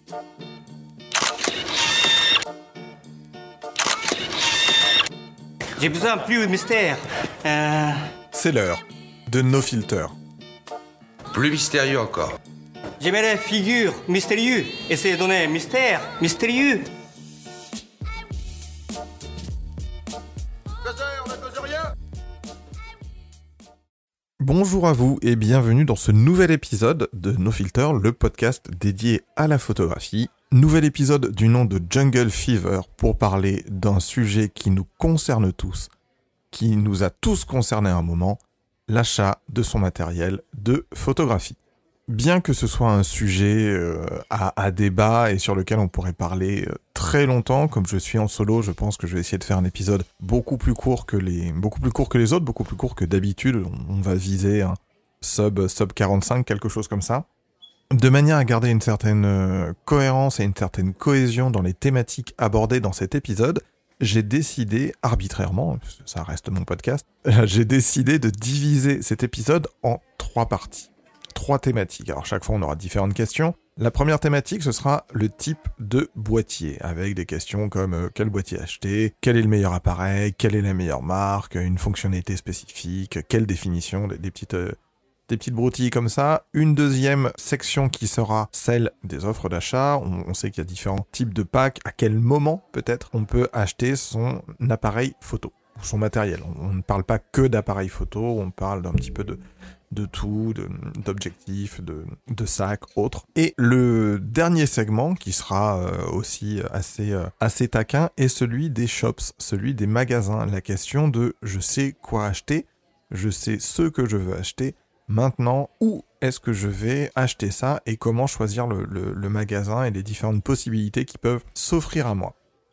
J'ai besoin plus de mystère. C'est l'heure de No Filter. Plus mystérieux encore. J'aimais les figures mystérieuses. Essayez de donner mystère mystérieux. Bonjour à vous et bienvenue dans ce nouvel épisode de No Filter, le podcast dédié à la photographie. Nouvel épisode du nom de Jungle Fever pour parler d'un sujet qui nous concerne tous, qui nous a tous concernés à un moment, l'achat de son matériel de photographie. Bien que ce soit un sujet à débat et sur lequel on pourrait parler très longtemps, comme je suis en solo, je pense que je vais essayer de faire un épisode beaucoup plus court que les autres, beaucoup plus court que d'habitude. On va viser un sub 45, quelque chose comme ça. De manière à garder une certaine cohérence et une certaine cohésion dans les thématiques abordées dans cet épisode, j'ai décidé, arbitrairement, ça reste mon podcast, j'ai décidé de diviser cet épisode en 3 parties. 3 thématiques. Alors chaque fois on aura différentes questions. La première thématique ce sera le type de boîtier, avec des questions comme quel boîtier acheter, quel est le meilleur appareil, quelle est la meilleure marque, une fonctionnalité spécifique, quelle définition, des petites broutilles comme ça. Une deuxième section qui sera celle des offres d'achat. On sait qu'il y a différents types de packs. À quel moment peut-être on peut acheter son appareil photo ou son matériel. On ne parle pas que d'appareil photo, on parle d'un petit peu de tout, d'objectifs, de sacs, autres. Et le dernier segment, qui sera aussi assez taquin, est celui des shops, celui des magasins. La question de « je sais quoi acheter, je sais ce que je veux acheter, maintenant, où est-ce que je vais acheter ça et comment choisir le magasin et les différentes possibilités qui peuvent s'offrir à moi ».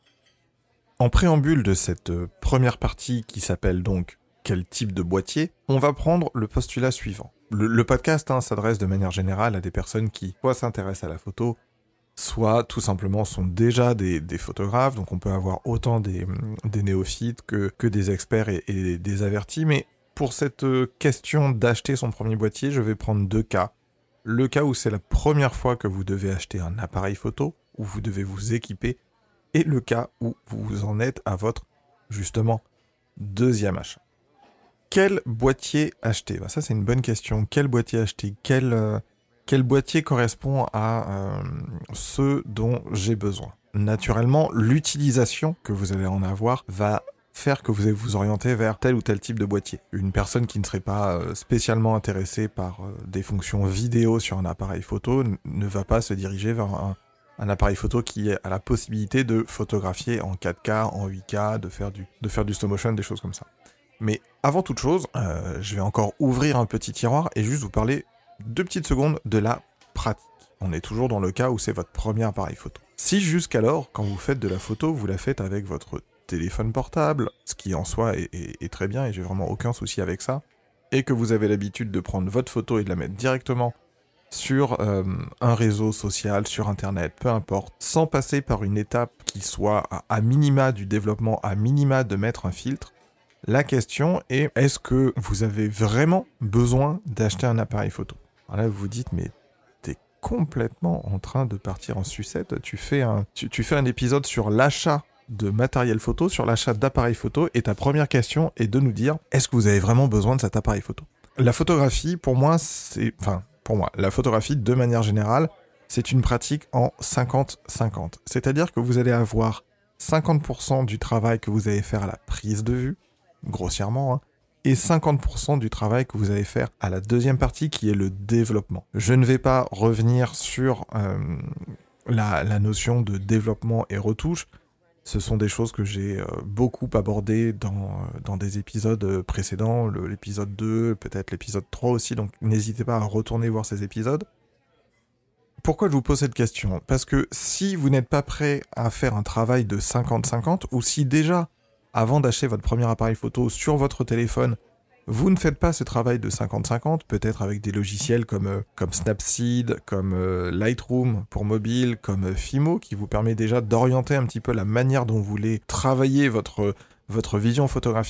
En préambule de cette première partie qui s'appelle donc quel type de boîtier, on va prendre le postulat suivant. Le podcast s'adresse de manière générale à des personnes qui soit s'intéressent à la photo, soit tout simplement sont déjà des photographes, donc on peut avoir autant des néophytes que des experts et des avertis, mais pour cette question d'acheter son premier boîtier, je vais prendre 2 cas. Le cas où c'est la première fois que vous devez acheter un appareil photo, où vous devez vous équiper, et le cas où vous en êtes à votre, justement, deuxième achat. Quel boîtier acheter ? Ça, c'est une bonne question. Quel boîtier acheter ? Quel boîtier correspond à ce dont j'ai besoin ? Naturellement, l'utilisation que vous allez en avoir va faire que vous allez vous orienter vers tel ou tel type de boîtier. Une personne qui ne serait pas spécialement intéressée par des fonctions vidéo sur un appareil photo ne va pas se diriger vers un appareil photo qui a la possibilité de photographier en 4K, en 8K, de faire du stop motion, des choses comme ça. Mais avant toute chose, je vais encore ouvrir un petit tiroir et juste vous parler 2 petites secondes de la pratique. On est toujours dans le cas où c'est votre premier appareil photo. Si jusqu'alors, quand vous faites de la photo, vous la faites avec votre téléphone portable, ce qui en soi est très bien et j'ai vraiment aucun souci avec ça, et que vous avez l'habitude de prendre votre photo et de la mettre directement sur un réseau social, sur internet, peu importe, sans passer par une étape qui soit à minima du développement, à minima de mettre un filtre, la question est, est-ce que vous avez vraiment besoin d'acheter un appareil photo ? Alors là, vous vous dites, mais t'es complètement en train de partir en sucette, tu fais un épisode sur l'achat de matériel photo, sur l'achat d'appareils photo, et ta première question est de nous dire, est-ce que vous avez vraiment besoin de cet appareil photo ? La photographie, la photographie, de manière générale, c'est une pratique en 50-50. C'est-à-dire que vous allez avoir 50% du travail que vous allez faire à la prise de vue, grossièrement, et 50% du travail que vous allez faire à la deuxième partie qui est le développement. Je ne vais pas revenir sur la notion de développement et retouche. Ce sont des choses que j'ai beaucoup abordées dans des épisodes précédents, l'épisode 2, peut-être l'épisode 3 aussi, donc n'hésitez pas à retourner voir ces épisodes. Pourquoi je vous pose cette question ? Parce que si vous n'êtes pas prêt à faire un travail de 50-50, ou si déjà, avant d'acheter votre premier appareil photo sur votre téléphone, vous ne faites pas ce travail de 50-50, peut-être avec des logiciels comme Snapseed, comme Lightroom pour mobile, comme Fimo, qui vous permet déjà d'orienter un petit peu la manière dont vous voulez travailler votre vision photographique.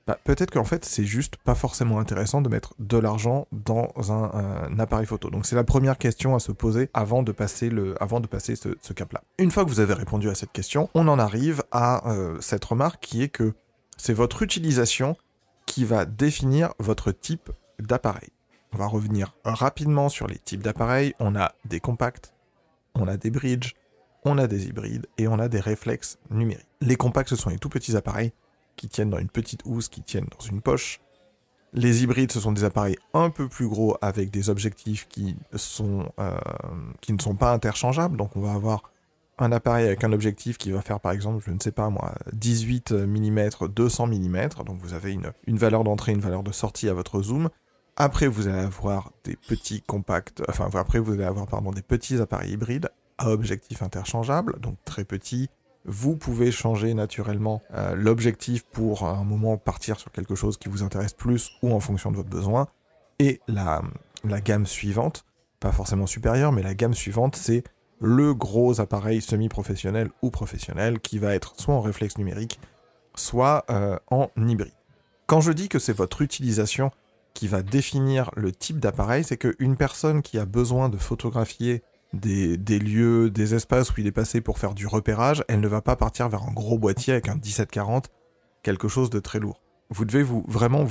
peut-être qu'en fait, c'est juste pas forcément intéressant de mettre de l'argent dans un appareil photo. Donc c'est la première question à se poser avant de passer ce cap-là. Une fois que vous avez répondu à cette question, on en arrive à cette remarque qui est que c'est votre utilisation qui va définir votre type d'appareil. On va revenir rapidement sur les types d'appareils. On a des compacts, on a des bridges, on a des hybrides et on a des réflexes numériques. Les compacts, ce sont les tout petits appareils qui tiennent dans une petite housse, qui tiennent dans une poche. Les hybrides, ce sont des appareils un peu plus gros avec des objectifs qui ne sont pas interchangeables. Donc on va avoir un appareil avec un objectif qui va faire par exemple, je ne sais pas moi, 18 mm, 200 mm. Donc vous avez une valeur d'entrée, une valeur de sortie à votre zoom. Après vous allez avoir des petits compacts, des petits appareils hybrides à objectif interchangeable, donc très petits. Vous pouvez changer naturellement l'objectif pour à un moment partir sur quelque chose qui vous intéresse plus ou en fonction de votre besoin. Et la gamme suivante, pas forcément supérieure, mais la gamme suivante, c'est le gros appareil semi-professionnel ou professionnel qui va être soit en réflexe numérique, soit en hybride. Quand je dis que c'est votre utilisation qui va définir le type d'appareil, c'est qu'une personne qui a besoin de photographier des lieux, des espaces où il est passé pour faire du repérage, elle ne va pas partir vers un gros boîtier avec un 1740, quelque chose de très lourd. Vous devez vous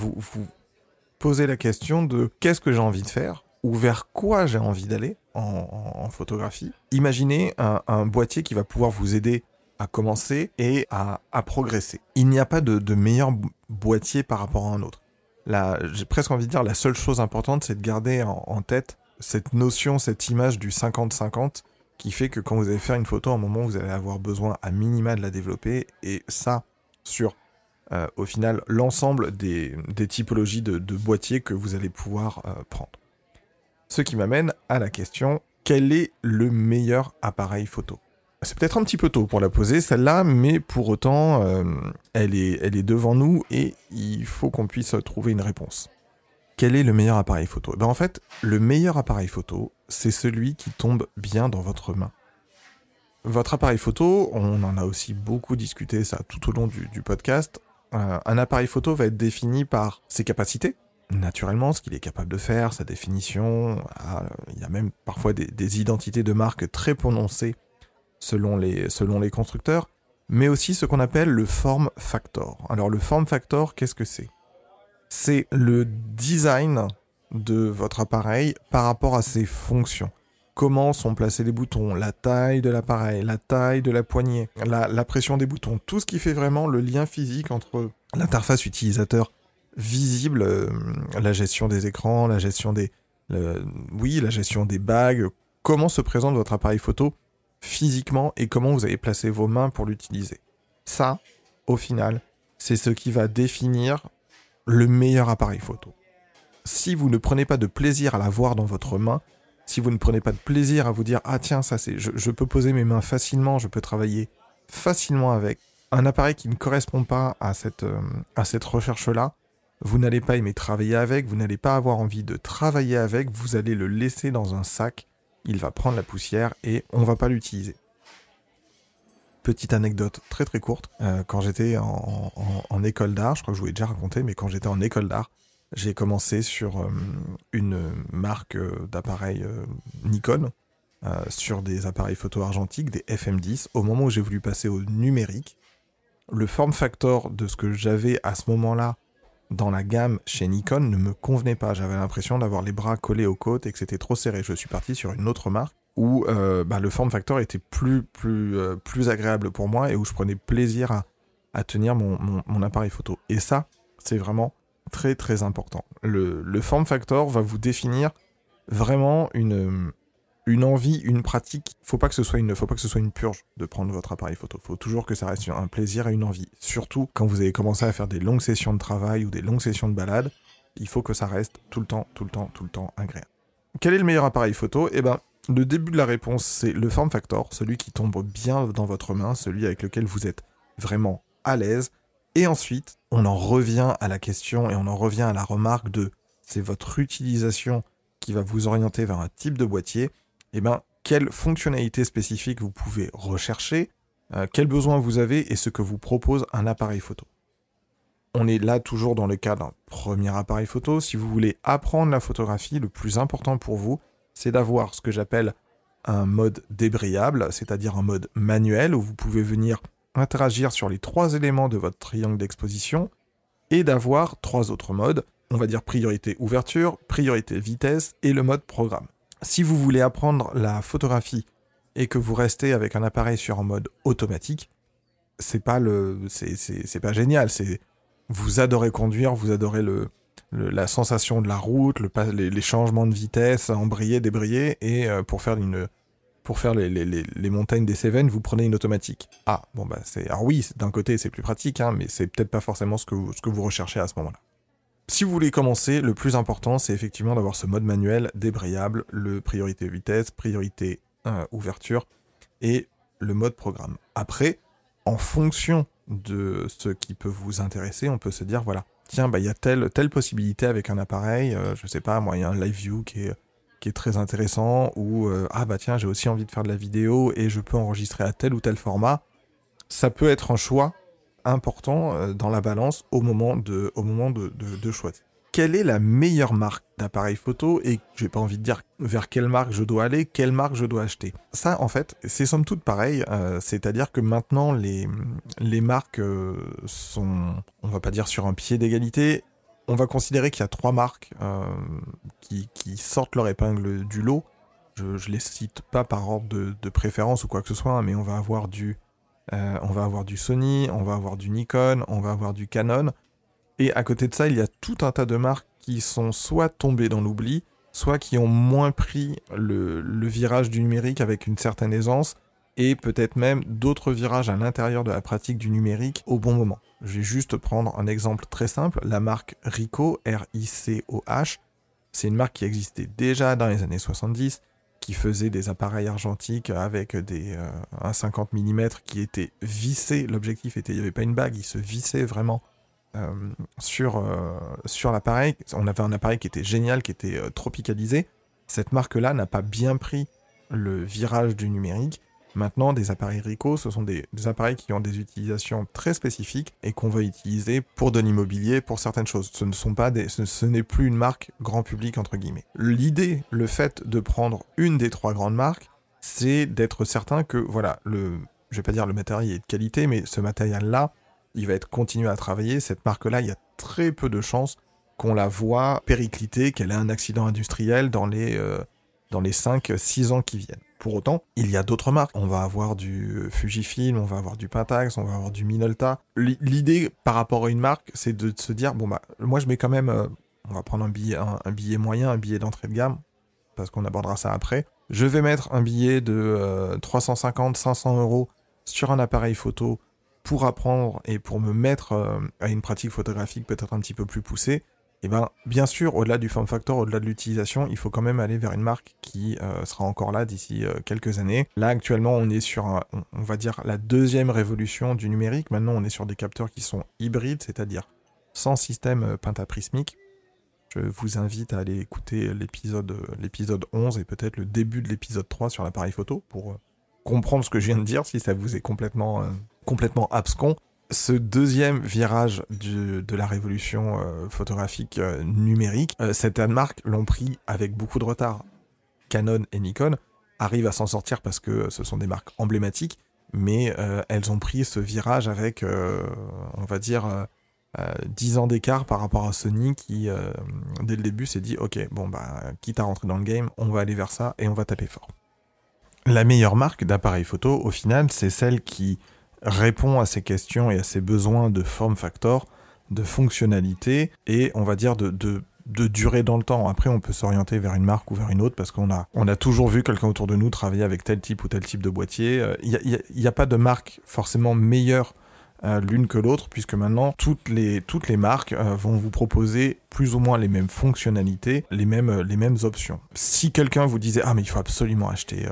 poser la question de qu'est-ce que j'ai envie de faire ou vers quoi j'ai envie d'aller en photographie. Imaginez un boîtier qui va pouvoir vous aider à commencer et à progresser. Il n'y a pas de meilleur boîtier par rapport à un autre. Là, j'ai presque envie de dire la seule chose importante, c'est de garder en tête cette notion, cette image du 50-50 qui fait que quand vous allez faire une photo, à un moment, vous allez avoir besoin à minima de la développer. Et ça, sur, au final, l'ensemble des typologies de boîtiers que vous allez pouvoir prendre. Ce qui m'amène à la question, quel est le meilleur appareil photo ? C'est peut-être un petit peu tôt pour la poser, celle-là, mais pour autant, elle est devant nous et il faut qu'on puisse trouver une réponse. Quel est le meilleur appareil photo ? En fait, le meilleur appareil photo, c'est celui qui tombe bien dans votre main. Votre appareil photo, on en a aussi beaucoup discuté ça tout au long du podcast. Un appareil photo va être défini par ses capacités, naturellement, ce qu'il est capable de faire, sa définition. Il y a même parfois des identités de marque très prononcées selon les constructeurs, mais aussi ce qu'on appelle le form factor. Alors le form factor, qu'est-ce que c'est ? C'est le design de votre appareil par rapport à ses fonctions. Comment sont placés les boutons, la taille de l'appareil, la taille de la poignée, la pression des boutons, tout ce qui fait vraiment le lien physique entre l'interface utilisateur visible, la gestion des écrans, la gestion des bagues, comment se présente votre appareil photo physiquement et comment vous allez placer vos mains pour l'utiliser. Ça, au final, c'est ce qui va définir le meilleur appareil photo. Si vous ne prenez pas de plaisir à la voir dans votre main, si vous ne prenez pas de plaisir à vous dire « Ah tiens, ça c'est, je peux poser mes mains facilement, je peux travailler facilement avec », un appareil qui ne correspond pas à cette recherche-là, vous n'allez pas aimer travailler avec, vous n'allez pas avoir envie de travailler avec, vous allez le laisser dans un sac, il va prendre la poussière et on ne va pas l'utiliser. Petite anecdote très très courte, quand j'étais en école d'art, je crois que je vous l'ai déjà raconté, mais quand j'étais en école d'art, j'ai commencé sur une marque d'appareils Nikon, sur des appareils photo argentiques, des FM10. Au moment où j'ai voulu passer au numérique, le form factor de ce que j'avais à ce moment-là dans la gamme chez Nikon ne me convenait pas. J'avais l'impression d'avoir les bras collés aux côtes et que c'était trop serré. Je suis parti sur une autre marque où le form factor était plus agréable pour moi et où je prenais plaisir à tenir mon appareil photo. Et ça, c'est vraiment très très important. Le form factor va vous définir vraiment une envie, une pratique. Faut pas que ce soit une purge de prendre votre appareil photo. Faut toujours que ça reste un plaisir et une envie. Surtout quand vous avez commencé à faire des longues sessions de travail ou des longues sessions de balade, il faut que ça reste tout le temps agréable. Quel est le meilleur appareil photo ? Le début de la réponse, c'est le form factor, celui qui tombe bien dans votre main, celui avec lequel vous êtes vraiment à l'aise. Et ensuite, on en revient à la question et on en revient à la remarque de c'est votre utilisation qui va vous orienter vers un type de boîtier. Quelle fonctionnalité spécifique vous pouvez rechercher, quels besoins vous avez et ce que vous propose un appareil photo. On est là toujours dans le cas d'un premier appareil photo. Si vous voulez apprendre la photographie, le plus important pour vous, c'est d'avoir ce que j'appelle un mode débrayable, c'est-à-dire un mode manuel où vous pouvez venir interagir sur les 3 éléments de votre triangle d'exposition et d'avoir 3 autres modes, on va dire priorité ouverture, priorité vitesse et le mode programme. Si vous voulez apprendre la photographie et que vous restez avec un appareil sur un mode automatique, c'est pas génial, vous adorez conduire, vous adorez la sensation de la route, les changements de vitesse, embrayer, débrayer, et pour faire les montagnes des Cévennes, vous prenez une automatique. Alors oui, d'un côté c'est plus pratique, mais c'est peut-être pas forcément ce que vous recherchez à ce moment-là. Si vous voulez commencer, le plus important c'est effectivement d'avoir ce mode manuel débrayable, le priorité vitesse, priorité ouverture et le mode programme. Après, en fonction de ce qui peut vous intéresser, on peut se dire voilà, tiens, il y a telle possibilité avec un appareil, je sais pas, moi il y a un live view qui est très intéressant, ou tiens, j'ai aussi envie de faire de la vidéo et je peux enregistrer à tel ou tel format. Ça peut être un choix important dans la balance au moment de choisir. Quelle est la meilleure marque d'appareil photo et j'ai pas envie de dire vers quelle marque je dois aller, quelle marque je dois acheter. Ça, en fait, c'est somme toute pareil. C'est-à-dire que maintenant, les marques sont, on va pas dire sur un pied d'égalité. On va considérer qu'il y a 3 marques qui sortent leur épingle du lot. Je les cite pas par ordre de préférence ou quoi que ce soit, mais on va avoir du Sony, on va avoir du Nikon, on va avoir du Canon. Et à côté de ça, il y a tout un tas de marques qui sont soit tombées dans l'oubli, soit qui ont moins pris le virage du numérique avec une certaine aisance, et peut-être même d'autres virages à l'intérieur de la pratique du numérique au bon moment. Je vais juste prendre un exemple très simple, la marque Ricoh, R-I-C-O-H. C'est une marque qui existait déjà dans les années 70, qui faisait des appareils argentiques avec un 50 mm qui était vissé. L'objectif était, il n'y avait pas une bague, il se vissait vraiment sur l'appareil. On avait un appareil qui était génial, qui était tropicalisé. Cette marque-là n'a pas bien pris le virage du numérique. Maintenant, des appareils Ricoh, ce sont des appareils qui ont des utilisations très spécifiques et qu'on va utiliser pour de l'immobilier, pour certaines choses. Ce n'est plus une marque grand public, entre guillemets. L'idée, le fait de prendre une des 3 grandes marques, c'est d'être certain que, voilà, je vais pas dire le matériel est de qualité, mais ce matériel-là, il va être continué à travailler. Cette marque-là, il y a très peu de chances qu'on la voit péricliter, qu'elle ait un accident industriel dans les 5-6 ans qui viennent. Pour autant, il y a d'autres marques. On va avoir du Fujifilm, on va avoir du Pentax, on va avoir du Minolta. L'idée par rapport à une marque, c'est de se dire, moi je mets quand même, on va prendre un billet moyen, un billet d'entrée de gamme, parce qu'on abordera ça après. Je vais mettre un billet de 350-500 € sur un appareil photo pour apprendre et pour me mettre à une pratique photographique peut-être un petit peu plus poussée. Et bien sûr, au-delà du form factor, au-delà de l'utilisation, il faut quand même aller vers une marque qui sera encore là d'ici quelques années. Là, actuellement, on est sur, on va dire, la deuxième révolution du numérique. Maintenant, on est sur des capteurs qui sont hybrides, c'est-à-dire sans système pentaprismique. Je vous invite à aller écouter l'épisode 11 et peut-être le début de l'épisode 3 sur l'appareil photo pour comprendre ce que je viens de dire, si ça vous est complètement abscon. Ce deuxième virage de la révolution photographique numérique, certaines marques l'ont pris avec beaucoup de retard. Canon et Nikon arrivent à s'en sortir parce que ce sont des marques emblématiques, mais elles ont pris ce virage avec, on va dire, 10 ans d'écart par rapport à Sony qui, dès le début, s'est dit « Ok, quitte à rentrer dans le game, on va aller vers ça et on va taper fort ». La meilleure marque d'appareil photo, au final, c'est celle qui répond à ces questions et à ces besoins de form factor, de fonctionnalité et on va dire de durée dans le temps. Après, on peut s'orienter vers une marque ou vers une autre parce qu'on a toujours vu quelqu'un autour de nous travailler avec tel type ou tel type de boîtier. Il y a pas de marque forcément meilleure l'une que l'autre, puisque maintenant toutes les marques vont vous proposer plus ou moins les mêmes fonctionnalités, les mêmes options. Si quelqu'un vous disait mais il faut absolument acheter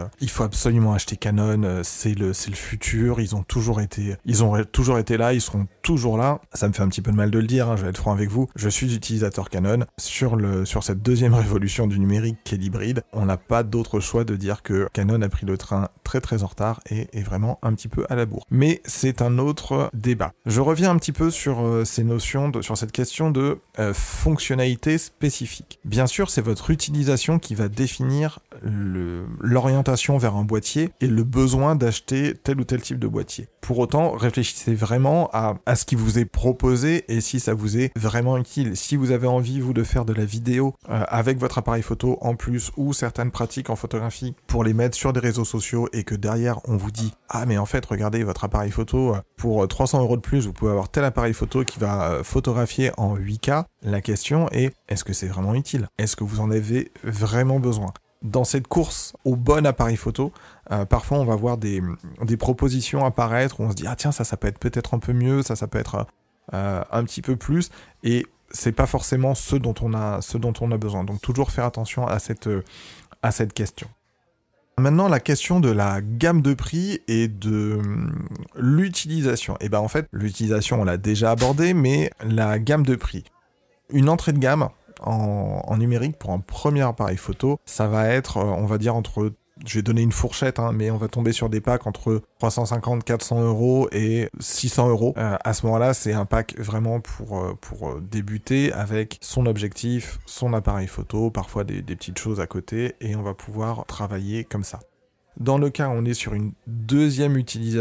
Canon, c'est le futur, ils ont toujours été là, ils seront toujours là. Ça me fait un petit peu de mal de le dire, je vais être franc avec vous. Je suis utilisateur Canon sur cette deuxième révolution du numérique qui est l'hybride. On n'a pas d'autre choix de dire que Canon a pris le train très très en retard et est vraiment un petit peu à la bourre. Mais c'est un autre débat. Je reviens un petit peu sur ces notions, sur cette question de fonctionnalité spécifique. Bien sûr, c'est votre utilisation qui va définir l'orientation vers un boîtier et le besoin d'acheter tel ou tel type de boîtier. Pour autant, réfléchissez vraiment à ce qui vous est proposé et si ça vous est vraiment utile. Si vous avez envie, vous, de faire de la vidéo avec votre appareil photo en plus ou certaines pratiques en photographie pour les mettre sur des réseaux sociaux et que derrière on vous dit « Ah mais en fait, regardez votre appareil photo, pour 300 € de plus, vous pouvez avoir tel appareil photo qui va photographier en 8K », la question est « Est-ce que c'est vraiment utile ? Est-ce que vous en avez vraiment besoin ?» Dans cette course au bon appareil photo, parfois on va voir des propositions apparaître où on se dit « Ah tiens, ça peut être peut-être un peu mieux, ça peut être un petit peu plus » et c'est pas forcément ce dont on a besoin. Donc toujours faire attention à cette question. Maintenant, la question de la gamme de prix et de l'utilisation. Et ben en fait, l'utilisation on l'a déjà abordée, mais la gamme de prix. Une entrée de gamme en numérique pour un premier appareil photo, ça va être, on va dire entre, je vais donner une fourchette, mais on va tomber sur des packs entre 350, 400 € et 600 €. À ce moment-là, c'est un pack vraiment pour débuter avec son objectif, son appareil photo, parfois des petites choses à côté, et on va pouvoir travailler comme ça. Dans le cas où on est sur un deuxième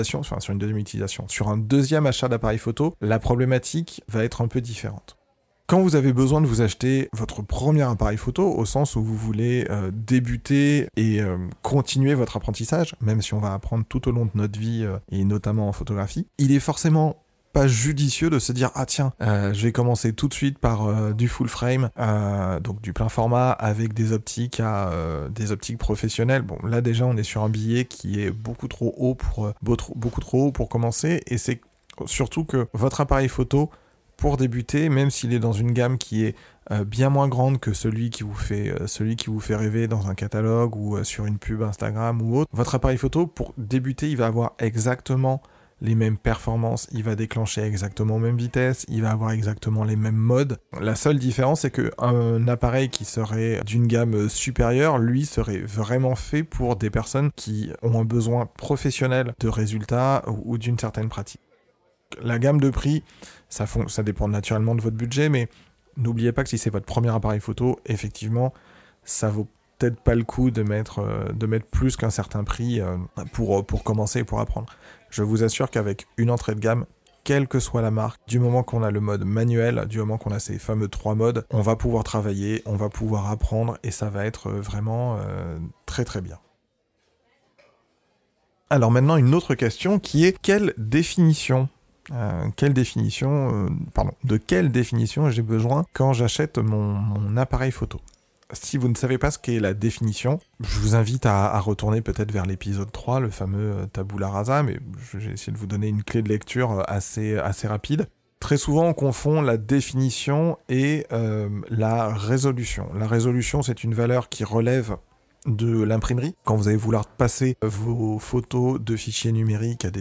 achat d'appareil photo, la problématique va être un peu différente. Quand vous avez besoin de vous acheter votre premier appareil photo, au sens où vous voulez débuter et continuer votre apprentissage, même si on va apprendre tout au long de notre vie, et notamment en photographie, il est forcément pas judicieux de se dire « Ah tiens, je vais commencer tout de suite par du full frame, donc du plein format avec des optiques professionnelles. » Bon, là déjà on est sur un billet qui est beaucoup trop haut pour commencer, et c'est surtout que votre appareil photo, pour débuter, même s'il est dans une gamme qui est bien moins grande que celui qui vous fait rêver dans un catalogue ou sur une pub Instagram ou autre, votre appareil photo, pour débuter, il va avoir exactement les mêmes performances, il va déclencher exactement aux mêmes vitesses, il va avoir exactement les mêmes modes. La seule différence, c'est qu'un appareil qui serait d'une gamme supérieure, lui, serait vraiment fait pour des personnes qui ont un besoin professionnel de résultats ou d'une certaine pratique. La gamme de prix, ça dépend naturellement de votre budget, mais n'oubliez pas que si c'est votre premier appareil photo, effectivement, ça vaut peut-être pas le coup de mettre plus qu'un certain prix pour commencer et pour apprendre. Je vous assure qu'avec une entrée de gamme, quelle que soit la marque, du moment qu'on a le mode manuel, du moment qu'on a ces fameux 3 modes, on va pouvoir travailler, on va pouvoir apprendre, et ça va être vraiment très très bien. Alors maintenant, une autre question qui est de quelle définition j'ai besoin quand j'achète mon appareil photo. Si vous ne savez pas ce qu'est la définition, je vous invite à retourner peut-être vers l'épisode 3, le fameux tabula rasa, mais j'ai essayé de vous donner une clé de lecture assez rapide. Très souvent, on confond la définition et la résolution. La résolution, c'est une valeur qui relève de l'imprimerie. Quand vous allez vouloir passer vos photos de fichiers numériques à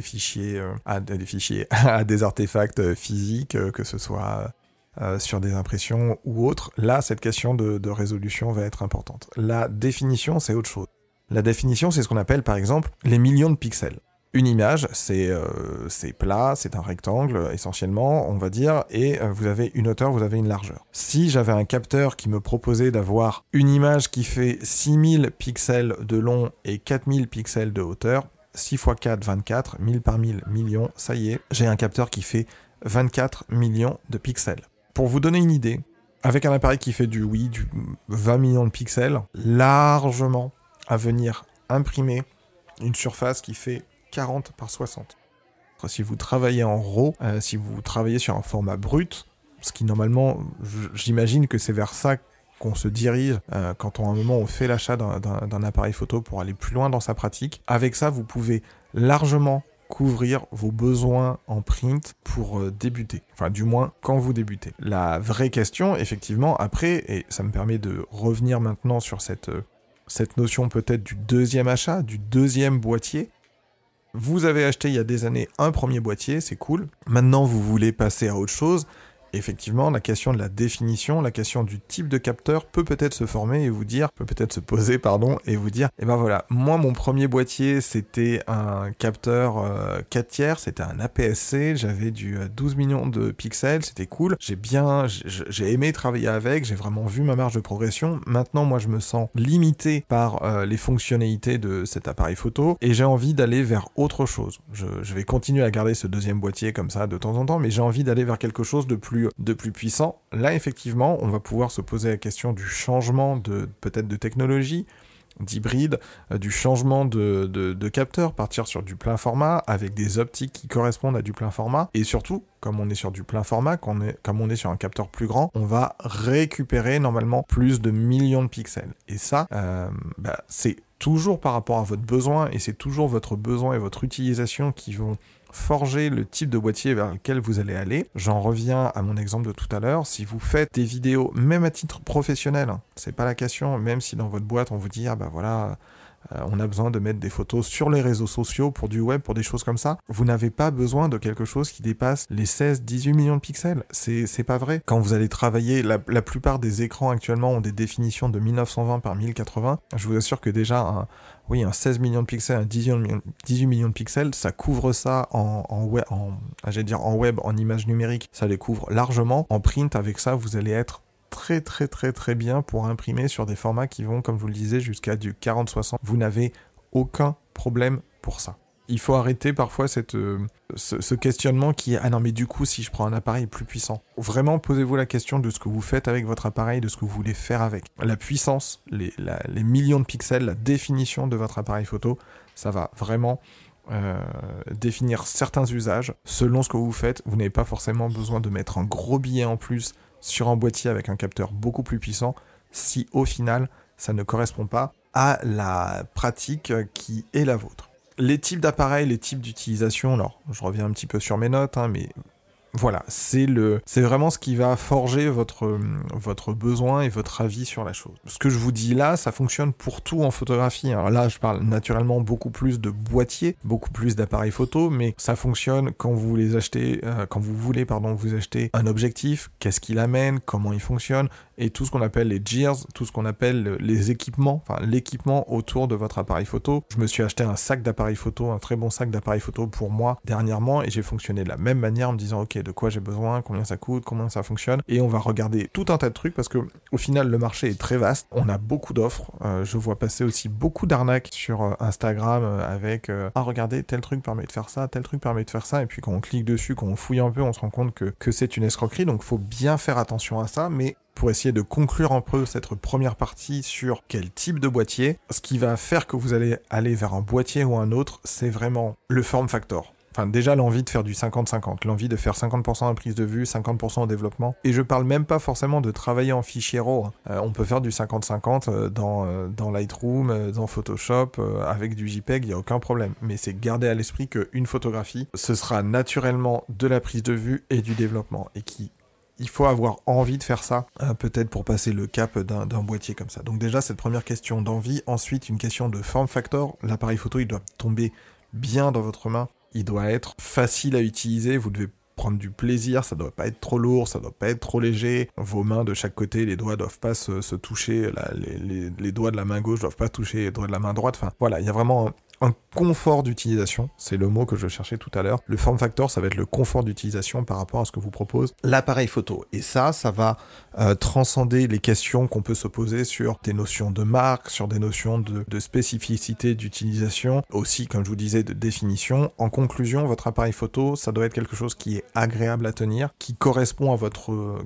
des artefacts physiques, que ce soit sur des impressions ou autres, là, cette question de résolution va être importante. La définition, c'est autre chose. La définition, c'est ce qu'on appelle, par exemple, les millions de pixels. Une image, c'est plat, c'est un rectangle, essentiellement, on va dire, et vous avez une hauteur, vous avez une largeur. Si j'avais un capteur qui me proposait d'avoir une image qui fait 6000 pixels de long et 4000 pixels de hauteur, 6 x 4, 24, 1000 par 1000, millions, ça y est, j'ai un capteur qui fait 24 millions de pixels. Pour vous donner une idée, avec un appareil qui fait du 20 millions de pixels, largement à venir imprimer une surface qui fait 40 par 60. Si vous travaillez en RAW, si vous travaillez sur un format brut, ce qui normalement, j'imagine que c'est vers ça qu'on se dirige quand à un moment on fait l'achat d'un appareil photo pour aller plus loin dans sa pratique. Avec ça, vous pouvez largement couvrir vos besoins en print pour débuter. Enfin, du moins, quand vous débutez. La vraie question, effectivement, après, et ça me permet de revenir maintenant sur cette notion peut-être du deuxième achat, du deuxième boîtier. Vous avez acheté il y a des années un premier boîtier, c'est cool. Maintenant, vous voulez passer à autre chose. Effectivement, la question de la définition, la question du type de capteur peut peut-être se former et peut peut-être se poser, et vous dire, eh ben voilà, moi mon premier boîtier c'était un capteur 4 tiers, c'était un APS-C, j'avais du 12 millions de pixels, c'était cool, j'ai aimé travailler avec, j'ai vraiment vu ma marge de progression. Maintenant, moi je me sens limité par les fonctionnalités de cet appareil photo et j'ai envie d'aller vers autre chose. Je vais continuer à garder ce deuxième boîtier comme ça de temps en temps, mais j'ai envie d'aller vers quelque chose de plus puissant. Là, effectivement, on va pouvoir se poser la question du changement peut-être de technologie, d'hybride, du changement de capteur, partir sur du plein format avec des optiques qui correspondent à du plein format, et surtout, comme on est sur du plein format, comme on est sur un capteur plus grand, on va récupérer normalement plus de millions de pixels. Et ça, c'est toujours par rapport à votre besoin, et c'est toujours votre besoin et votre utilisation qui vont forger le type de boîtier vers lequel vous allez aller. J'en reviens à mon exemple de tout à l'heure. Si vous faites des vidéos, même à titre professionnel, c'est pas la question, même si dans votre boîte on vous dit on a besoin de mettre des photos sur les réseaux sociaux pour du web, pour des choses comme ça, vous n'avez pas besoin de quelque chose qui dépasse les 16-18 millions de pixels. C'est pas vrai. Quand vous allez travailler, la plupart des écrans actuellement ont des définitions de 1920 par 1080. Je vous assure que déjà un 16 millions de pixels, un 18 millions de pixels, ça couvre ça en web, en image numérique, ça les couvre largement. En print, avec ça, vous allez être très très très très bien pour imprimer sur des formats qui vont, comme je vous le disais, jusqu'à du 40-60. Vous n'avez aucun problème pour ça. Il faut arrêter parfois ce questionnement qui est « Ah non, mais du coup, si je prends un appareil plus puissant ?» Vraiment, posez-vous la question de ce que vous faites avec votre appareil, de ce que vous voulez faire avec. La puissance, les millions de pixels, la définition de votre appareil photo, ça va vraiment définir certains usages. Selon ce que vous faites, vous n'avez pas forcément besoin de mettre un gros billet en plus sur un boîtier avec un capteur beaucoup plus puissant si au final ça ne correspond pas à la pratique qui est la vôtre. Les types d'appareils, les types d'utilisation, alors je reviens un petit peu sur mes notes, mais voilà, c'est vraiment ce qui va forger votre besoin et votre avis sur la chose. Ce que je vous dis là, ça fonctionne pour tout en photographie. Alors là, je parle naturellement beaucoup plus de boîtiers, beaucoup plus d'appareils photo, mais ça fonctionne quand vous les achetez, quand vous voulez, vous acheter un objectif, qu'est-ce qu'il amène, comment il fonctionne, et tout ce qu'on appelle les gears, tout ce qu'on appelle les équipements, l'équipement autour de votre appareil photo. Je me suis acheté un sac d'appareil photo, un très bon sac d'appareil photo pour moi dernièrement, et j'ai fonctionné de la même manière en me disant, ok, de quoi j'ai besoin, combien ça coûte, comment ça fonctionne, et on va regarder tout un tas de trucs parce que au final le marché est très vaste, on a beaucoup d'offres, je vois passer aussi beaucoup d'arnaques sur Instagram avec regardez, tel truc permet de faire ça, tel truc permet de faire ça, et puis quand on clique dessus, quand on fouille un peu, on se rend compte que c'est une escroquerie, donc faut bien faire attention à ça, mais pour essayer de conclure un peu cette première partie sur quel type de boîtier, ce qui va faire que vous allez aller vers un boîtier ou un autre, c'est vraiment le form factor. Déjà l'envie de faire du 50-50, l'envie de faire 50% en prise de vue, 50% en développement. Et je parle même pas forcément de travailler en fichier RAW. On peut faire du 50-50 dans Lightroom, dans Photoshop, avec du JPEG, il n'y a aucun problème. Mais c'est garder à l'esprit qu'une photographie, ce sera naturellement de la prise de vue et du développement. Et il faut avoir envie de faire ça, peut-être pour passer le cap d'un boîtier comme ça. Donc déjà, cette première question d'envie. Ensuite, une question de form factor. L'appareil photo, il doit tomber bien dans votre main. Il doit être facile à utiliser, vous devez prendre du plaisir, ça doit pas être trop lourd, ça doit pas être trop léger, vos mains de chaque côté, les doigts doivent pas se toucher, les doigts de la main gauche doivent pas toucher les doigts de la main droite, voilà, il y a vraiment un confort d'utilisation, c'est le mot que je cherchais tout à l'heure. Le form factor, ça va être le confort d'utilisation par rapport à ce que vous propose l'appareil photo. Et ça va transcender les questions qu'on peut se poser sur des notions de marque, sur des notions de spécificité d'utilisation, aussi, comme je vous disais, de définition. En conclusion, votre appareil photo, ça doit être quelque chose qui est agréable à tenir, qui correspond à votre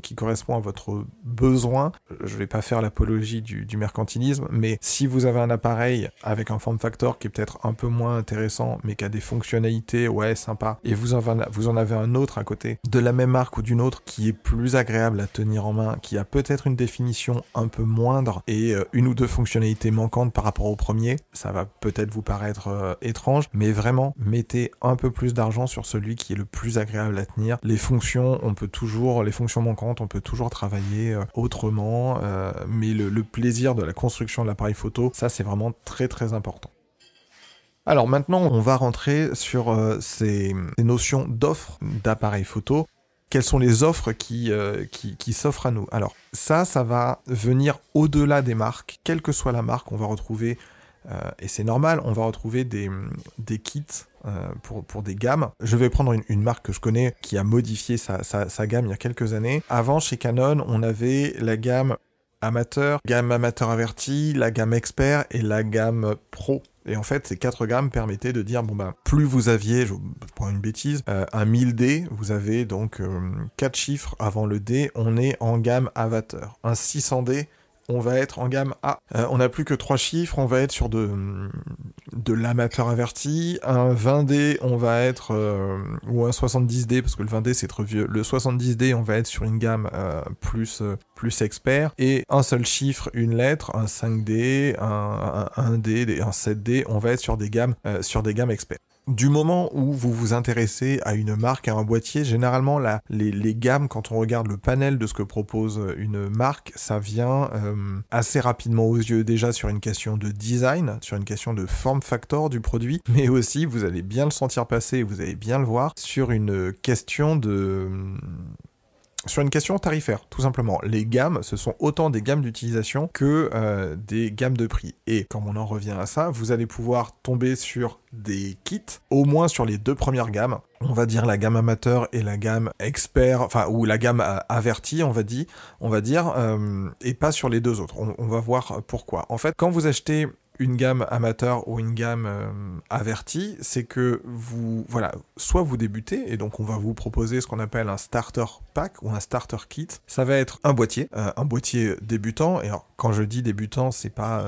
besoin. Je vais pas faire l'apologie du mercantilisme, mais si vous avez un appareil avec un form factor qui est peut-être un peu moins intéressant, mais qui a des fonctionnalités, sympa, et vous en avez un autre à côté, de la même marque ou d'une autre, qui est plus agréable à tenir en main, qui a peut-être une définition un peu moindre, et une ou deux fonctionnalités manquantes par rapport au premier, ça va peut-être vous paraître étrange, mais vraiment, mettez un peu plus d'argent sur celui qui est le plus agréable à tenir. Les fonctions manquantes, on peut toujours travailler autrement, mais le plaisir de la construction de l'appareil photo, ça c'est vraiment très très important. Alors maintenant, on va rentrer sur ces notions d'offres d'appareils photo. quelles sont les offres qui s'offrent à nous. Alors ça va venir au-delà des marques, quelle que soit la marque, on va retrouver, et c'est normal, on va retrouver des kits pour des gammes. Je vais prendre une marque que je connais qui a modifié sa gamme il y a quelques années. Avant, chez Canon, on avait la gamme amateur averti, la gamme expert et la gamme pro. Et en fait, ces 4 gammes permettaient de dire, plus vous aviez, je prends une bêtise, un 1000D, vous avez donc 4 chiffres avant le D, on est en gamme amateur. Un 600D, on va être en gamme A. On n'a plus que 3 chiffres, on va être sur de l'amateur averti. Un 20D, on va être... ou un 70D, parce que le 20D c'est trop vieux. Le 70D, on va être sur une gamme plus expert. Et un seul chiffre, une lettre, un 5D, un 1D, un 7D, on va être sur des gammes experts. Du moment où vous vous intéressez à une marque, à un boîtier, généralement les gammes, quand on regarde le panel de ce que propose une marque, ça vient assez rapidement aux yeux, déjà sur une question de design, sur une question de form factor du produit, mais aussi, vous allez bien le sentir passer, vous allez bien le voir, sur une question tarifaire, tout simplement. Les gammes, ce sont autant des gammes d'utilisation que des gammes de prix. Et comme on en revient à ça, vous allez pouvoir tomber sur des kits, au moins sur les 2 premières gammes. On va dire la gamme amateur et la gamme expert, ou la gamme avertie, on va dire, et pas sur les 2 autres. On va voir pourquoi. En fait, quand vous achetez une gamme amateur ou une gamme avertie, c'est que soit vous débutez, et donc on va vous proposer ce qu'on appelle un starter pack ou un starter kit. Ça va être un boîtier débutant, et alors quand je dis débutant, c'est pas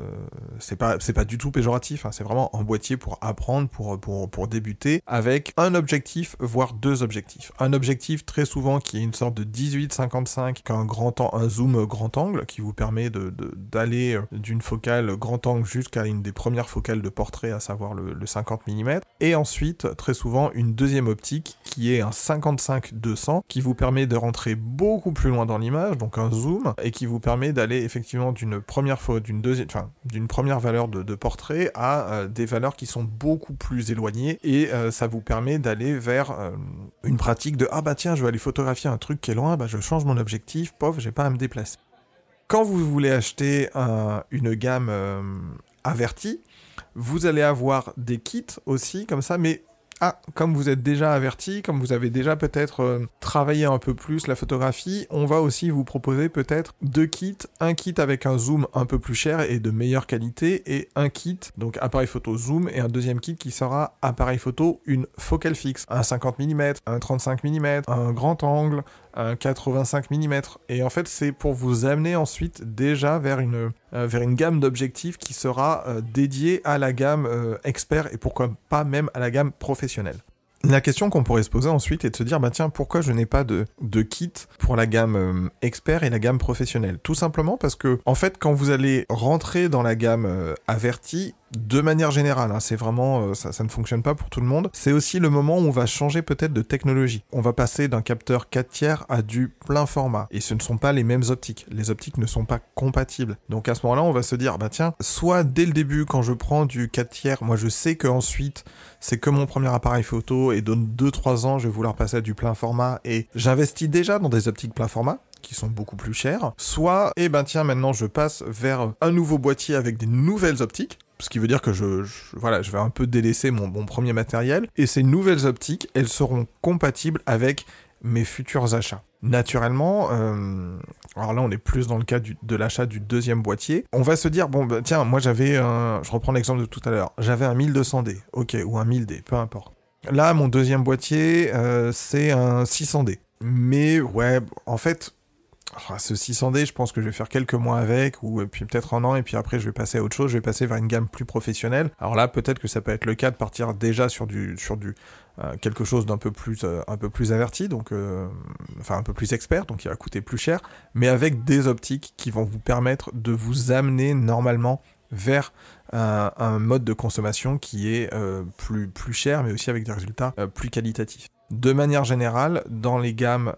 du tout péjoratif, hein, c'est vraiment un boîtier pour apprendre, pour débuter, avec un objectif, voire 2 objectifs. Un objectif très souvent qui est une sorte de 18-55, un zoom grand angle, qui vous permet d'aller d'une focale grand angle jusqu'à une des premières focales de portrait, à savoir le 50 mm. Et ensuite, très souvent, une deuxième optique qui est un 55-200, qui vous permet de rentrer beaucoup plus loin dans l'image, donc un zoom, et qui vous permet d'aller effectivement d'une première valeur de portrait à des valeurs qui sont beaucoup plus éloignées, et ça vous permet d'aller vers une pratique de tiens, je vais aller photographier un truc qui est loin, je change mon objectif, j'ai pas à me déplacer. Quand vous voulez acheter une gamme avertie, vous allez avoir des kits aussi comme ça, mais comme vous êtes déjà averti, comme vous avez déjà peut-être travaillé un peu plus la photographie, on va aussi vous proposer peut-être 2 kits, un kit avec un zoom un peu plus cher et de meilleure qualité, et un kit, donc appareil photo zoom, et un deuxième kit qui sera appareil photo, une focale fixe, un 50 mm, un 35 mm, un grand angle, un 85 mm, et en fait c'est pour vous amener ensuite déjà vers une gamme d'objectifs qui sera dédiée à la gamme expert, et pourquoi pas même à la gamme professionnelle. La question qu'on pourrait se poser ensuite est de se dire, tiens, pourquoi je n'ai pas de kit pour la gamme expert et la gamme professionnelle ? Tout simplement parce que, en fait, quand vous allez rentrer dans la gamme avertie, de manière générale, c'est vraiment, ça ne fonctionne pas pour tout le monde, c'est aussi le moment où on va changer peut-être de technologie. On va passer d'un capteur 4/3 à du plein format, et ce ne sont pas les mêmes optiques. Les optiques ne sont pas compatibles. Donc à ce moment-là, on va se dire, tiens, soit dès le début, quand je prends du 4/3, moi je sais qu'ensuite, c'est que mon premier appareil photo, et dans 2-3 ans, je vais vouloir passer à du plein format, et j'investis déjà dans des optiques plein format, qui sont beaucoup plus chères, soit, tiens, maintenant je passe vers un nouveau boîtier avec des nouvelles optiques, ce qui veut dire que je vais un peu délaisser mon premier matériel, et ces nouvelles optiques, elles seront compatibles avec mes futurs achats. Naturellement, alors là on est plus dans le cas de l'achat du deuxième boîtier, on va se dire, tiens, moi je reprends l'exemple de tout à l'heure, j'avais un 1200D, ok, ou un 1000D, peu importe. Là, mon deuxième boîtier, c'est un 600D. Mais ouais, en fait, ce 600D, je pense que je vais faire quelques mois avec, ou puis peut-être un an, et puis après je vais passer à autre chose, je vais passer vers une gamme plus professionnelle. Alors là, peut-être que ça peut être le cas de partir déjà sur du quelque chose d'un peu plus averti, donc un peu plus expert, donc il va coûter plus cher, mais avec des optiques qui vont vous permettre de vous amener normalement vers un mode de consommation qui est plus cher, mais aussi avec des résultats plus qualitatifs. De manière générale, dans les gammes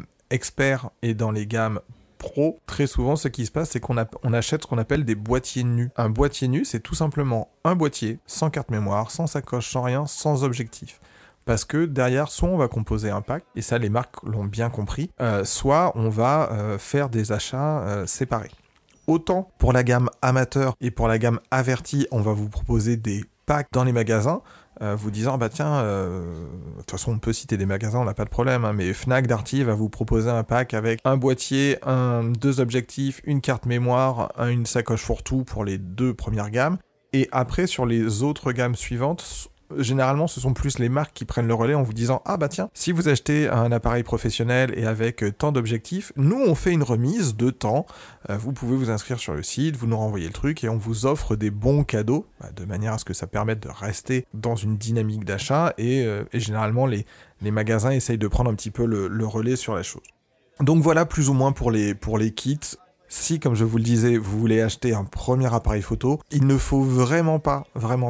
experts et dans les gammes pro, très souvent ce qui se passe, c'est qu'on achète ce qu'on appelle des boîtiers nus. Un boîtier nu, c'est tout simplement un boîtier sans carte mémoire, sans sacoche, sans rien, sans objectif. parce que derrière, soit on va composer un pack, et ça les marques l'ont bien compris, soit on va faire des achats séparés. Autant pour la gamme amateur et pour la gamme avertie, on va vous proposer des packs dans les magasins, vous disant bah tiens, de toute façon on peut citer des magasins, on n'a pas de problème, hein, mais Fnac, Darty va vous proposer un pack avec un boîtier, deux objectifs, une carte mémoire, une sacoche fourre-tout pour les 2 premières gammes, et après sur les autres gammes suivantes, généralement ce sont plus les marques qui prennent le relais en vous disant ah bah tiens, si vous achetez un appareil professionnel et avec tant d'objectifs, nous on fait une remise de temps, vous pouvez vous inscrire sur le site, vous nous renvoyez le truc et on vous offre des bons cadeaux, de manière à ce que ça permette de rester dans une dynamique d'achat et généralement les magasins essayent de prendre un petit peu le relais sur la chose. Donc voilà plus ou moins pour les kits. Si, comme je vous le disais, vous voulez acheter un premier appareil photo, il ne faut vraiment pas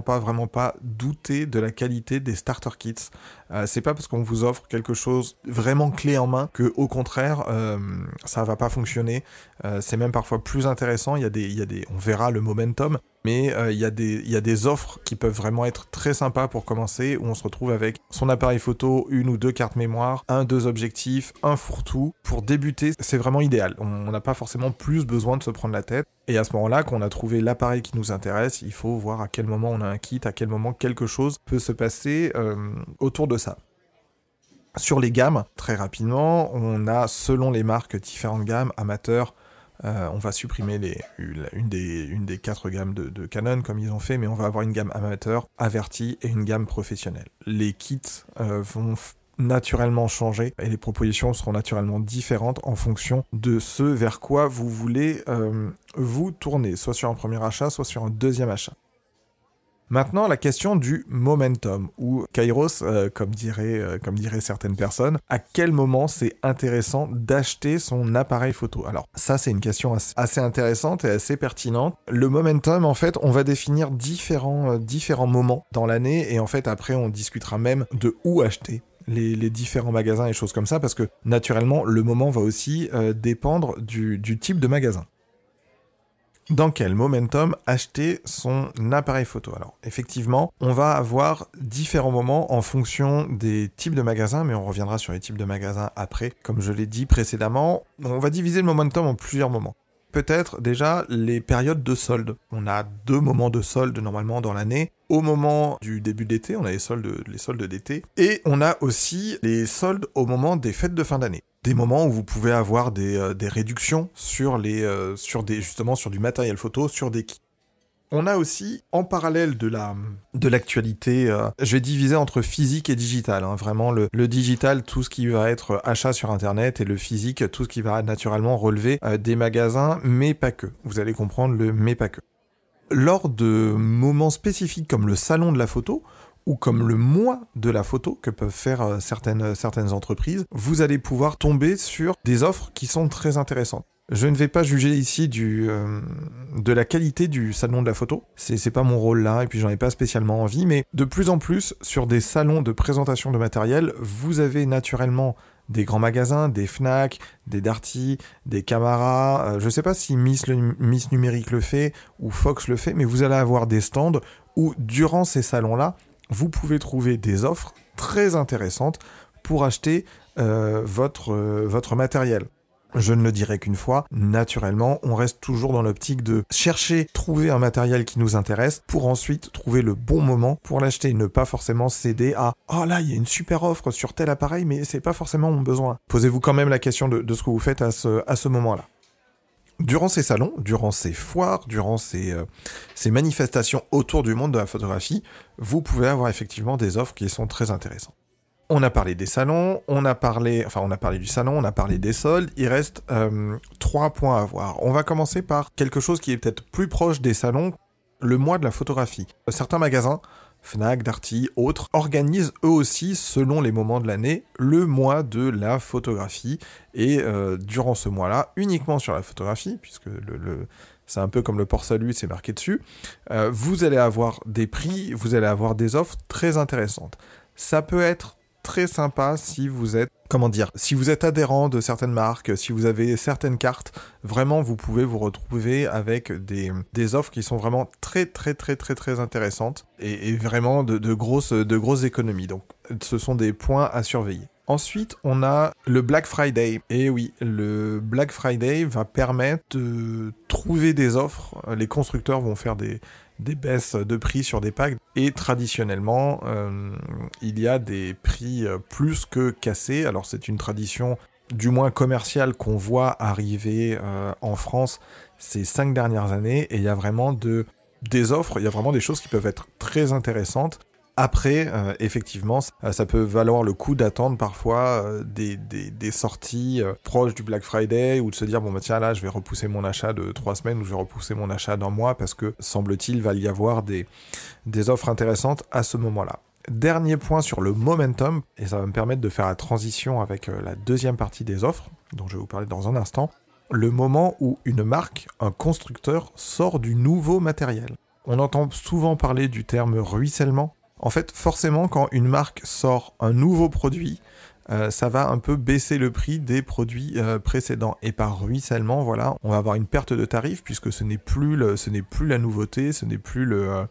douter de la qualité des starter kits. C'est pas parce qu'on vous offre quelque chose vraiment clé en main que, au contraire, ça va pas fonctionner. C'est même parfois plus intéressant. Il y a des, on verra le momentum, mais il y a des offres qui peuvent vraiment être très sympas pour commencer, où on se retrouve avec son appareil photo, 1 ou 2 cartes mémoire, 2 objectifs, un fourre-tout. Pour débuter, c'est vraiment idéal. On n'a pas forcément plus besoin de se prendre la tête. Et à ce moment-là, quand on a trouvé l'appareil qui nous intéresse, il faut voir à quel moment on a un kit, à quel moment quelque chose peut se passer autour de ça. Sur les gammes, très rapidement, on a, selon les marques, différentes gammes, amateurs. On va supprimer une des 4 gammes de Canon comme ils ont fait, mais on va avoir une gamme amateur, avertie et une gamme professionnelle. Les kits vont naturellement changer et les propositions seront naturellement différentes en fonction de ce vers quoi vous voulez vous tourner, soit sur un premier achat, soit sur un deuxième achat. Maintenant, la question du momentum, ou kairos, comme diraient certaines personnes, à quel moment c'est intéressant d'acheter son appareil photo? Alors, ça, c'est une question assez intéressante et assez pertinente. Le momentum, en fait, on va définir différents moments dans l'année, et en fait, après, on discutera même de où acheter les différents magasins et choses comme ça, parce que, naturellement, le moment va aussi dépendre du type de magasin. Dans quel momentum acheter son appareil photo? Alors, effectivement, on va avoir différents moments en fonction des types de magasins, mais on reviendra sur les types de magasins après. Comme je l'ai dit précédemment, on va diviser le momentum en plusieurs moments. Peut-être déjà les périodes de solde. On a 2 moments de solde normalement dans l'année. Au moment du début d'été, on a les soldes d'été. Et on a aussi les soldes au moment des fêtes de fin d'année. Des moments où vous pouvez avoir des réductions sur du matériel photo, sur des kits. On a aussi, en parallèle de l'actualité, je vais diviser entre physique et digital. Vraiment, le digital, tout ce qui va être achat sur Internet, et le physique, tout ce qui va naturellement relever des magasins, mais pas que. Vous allez comprendre le mais pas que. Lors de moments spécifiques comme le salon de la photo, ou comme le mois de la photo que peuvent faire certaines entreprises, vous allez pouvoir tomber sur des offres qui sont très intéressantes. Je ne vais pas juger ici de la qualité du salon de la photo, c'est pas mon rôle là, et puis j'en ai pas spécialement envie, mais de plus en plus, sur des salons de présentation de matériel, vous avez naturellement des grands magasins, des Fnac, des Darty, des Camara, je sais pas si Miss Numérique le fait, ou Fox le fait, mais vous allez avoir des stands où, durant ces salons-là, vous pouvez trouver des offres très intéressantes pour acheter votre matériel. Je ne le dirai qu'une fois, naturellement, on reste toujours dans l'optique de trouver un matériel qui nous intéresse pour ensuite trouver le bon moment pour l'acheter, ne pas forcément céder à « Oh là, il y a une super offre sur tel appareil, mais c'est pas forcément mon besoin ». Posez-vous quand même la question de ce que vous faites à ce moment-là. Durant ces salons, durant ces foires, durant ces manifestations autour du monde de la photographie, vous pouvez avoir effectivement des offres qui sont très intéressantes. On a parlé des salons, on a parlé du salon, on a parlé des soldes, il reste 3 points à voir. On va commencer par quelque chose qui est peut-être plus proche des salons, le mois de la photographie. Certains magasins, Fnac, Darty, autres, organisent eux aussi, selon les moments de l'année, le mois de la photographie. Et durant ce mois-là, uniquement sur la photographie, puisque c'est un peu comme le port-salut, c'est marqué dessus, vous allez avoir des prix, vous allez avoir des offres très intéressantes. Ça peut être très sympa si vous êtes si vous êtes adhérent de certaines marques, si vous avez certaines cartes, vraiment vous pouvez vous retrouver avec des offres qui sont vraiment très très très très très intéressantes et vraiment de grosses économies. Donc ce sont des points à surveiller. Ensuite, on a le Black Friday. Et oui, le Black Friday va permettre de trouver des offres. Les constructeurs vont faire des baisses de prix sur des packs. Et traditionnellement, il y a des prix plus que cassés. Alors c'est une tradition du moins commerciale qu'on voit arriver en France ces 5 dernières années. Et il y a vraiment des offres, il y a vraiment des choses qui peuvent être très intéressantes. Après, effectivement, ça peut valoir le coup d'attendre parfois des sorties proches du Black Friday ou de se dire, bon bah tiens là, je vais repousser mon achat de 3 semaines ou je vais repousser mon achat d'1 mois parce que, semble-t-il, va y avoir des offres intéressantes à ce moment-là. Dernier point sur le momentum, et ça va me permettre de faire la transition avec la deuxième partie des offres, dont je vais vous parler dans un instant, le moment où une marque, un constructeur, sort du nouveau matériel. On entend souvent parler du terme ruissellement. En fait, forcément, quand une marque sort un nouveau produit, ça va un peu baisser le prix des produits précédents. Et par ruissellement, voilà, on va avoir une perte de tarif puisque ce n'est plus la nouveauté, ce n'est plus le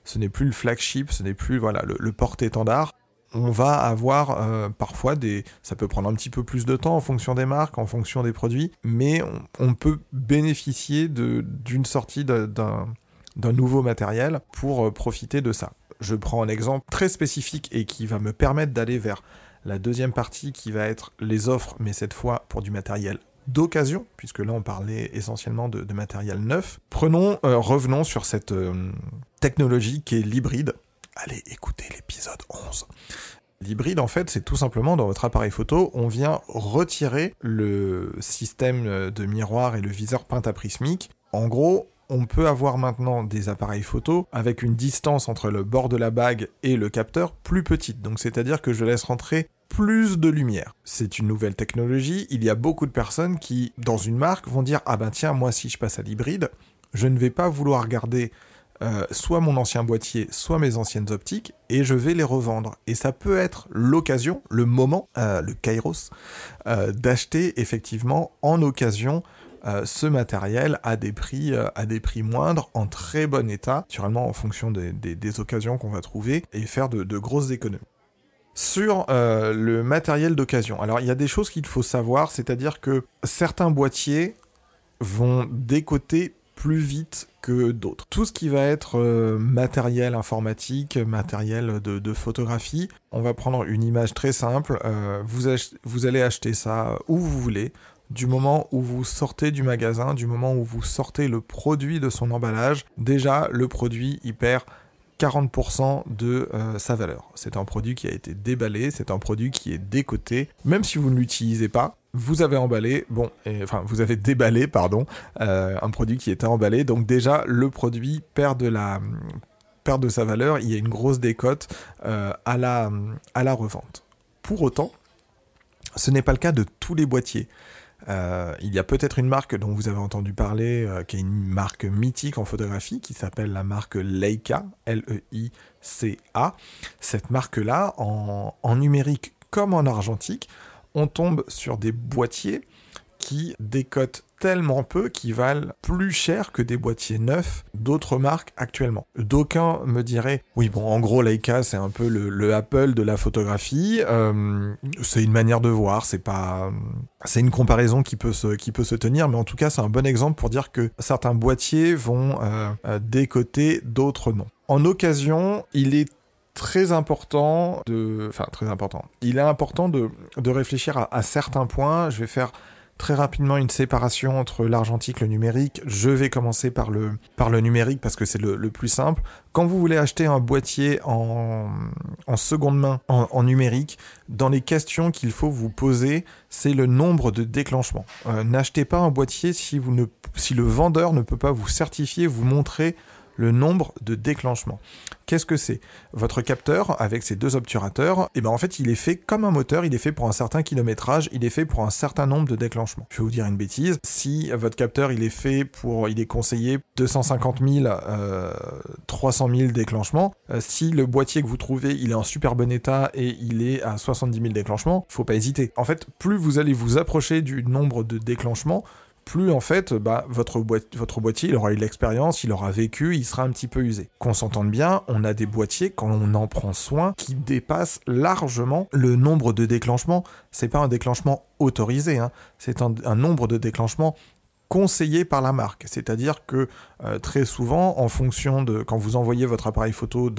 flagship, ce n'est plus le porte-étendard. On va avoir parfois ça peut prendre un petit peu plus de temps en fonction des marques, en fonction des produits, mais on peut bénéficier d'une sortie d'un nouveau matériel pour profiter de ça. Je prends un exemple très spécifique et qui va me permettre d'aller vers la deuxième partie qui va être les offres, mais cette fois pour du matériel d'occasion, puisque là on parlait essentiellement de matériel neuf. Revenons sur cette technologie qui est l'hybride. Allez, écoutez l'épisode 11. L'hybride, en fait, c'est tout simplement dans votre appareil photo, on vient retirer le système de miroir et le viseur pentaprismique. En gros, on peut avoir maintenant des appareils photo avec une distance entre le bord de la bague et le capteur plus petite. Donc c'est-à-dire que je laisse rentrer plus de lumière. C'est une nouvelle technologie. Il y a beaucoup de personnes qui, dans une marque, vont dire « Ah ben tiens, moi si je passe à l'hybride, je ne vais pas vouloir garder soit mon ancien boîtier, soit mes anciennes optiques, et je vais les revendre. » Et ça peut être l'occasion, le moment, le kairos, d'acheter effectivement en occasion ce matériel à des prix moindres, en très bon état, naturellement en fonction des occasions qu'on va trouver, et faire de grosses économies. Sur le matériel d'occasion, alors il y a des choses qu'il faut savoir, c'est-à-dire que certains boîtiers vont décoter plus vite que d'autres. Tout ce qui va être matériel informatique, matériel de photographie, on va prendre une image très simple, vous allez acheter ça où vous voulez, du moment où vous sortez du magasin, du moment où vous sortez le produit de son emballage, déjà le produit il perd 40% de sa valeur. C'est un produit qui a été déballé, c'est un produit qui est décoté, même si vous ne l'utilisez pas, vous avez vous avez déballé, un produit qui était emballé, donc déjà le produit perd de sa valeur, il y a une grosse décote à la revente. Pour autant, ce n'est pas le cas de tous les boîtiers. Il y a peut-être une marque dont vous avez entendu parler, qui est une marque mythique en photographie, qui s'appelle la marque Leica, L-E-I-C-A. Cette marque-là, en numérique comme en argentique, on tombe sur des boîtiers qui décotent tellement peu qu'ils valent plus cher que des boîtiers neufs d'autres marques actuellement. D'aucuns me diraient, oui bon, en gros Leica c'est un peu le Apple de la photographie, c'est une manière de voir, c'est une comparaison qui peut se tenir, mais en tout cas c'est un bon exemple pour dire que certains boîtiers vont décoter, d'autres non. En occasion, il est important de réfléchir à certains points. Je vais faire très rapidement une séparation entre l'argentique et le numérique. Je vais commencer par le numérique parce que c'est le plus simple. Quand vous voulez acheter un boîtier en seconde main, en numérique, dans les questions qu'il faut vous poser, c'est le nombre de déclenchements. N'achetez pas un boîtier si le vendeur ne peut pas vous certifier, vous montrer le nombre de déclenchements. Qu'est-ce que c'est ? Votre capteur, avec ses 2 obturateurs, en fait, il est fait comme un moteur, il est fait pour un certain kilométrage, il est fait pour un certain nombre de déclenchements. Je vais vous dire une bêtise, si votre capteur, il est conseillé 250 000, 300 000 déclenchements, si le boîtier que vous trouvez, il est en super bon état et il est à 70 000 déclenchements, faut pas hésiter. En fait, plus vous allez vous approcher du nombre de déclenchements, plus en fait, votre boîtier, il aura eu de l'expérience, il aura vécu, il sera un petit peu usé. Qu'on s'entende bien, on a des boîtiers, quand on en prend soin, qui dépassent largement le nombre de déclenchements. C'est pas un déclenchement autorisé, hein. C'est un nombre de déclenchements conseillé par la marque. C'est-à-dire que très souvent, en fonction de quand vous envoyez votre appareil photo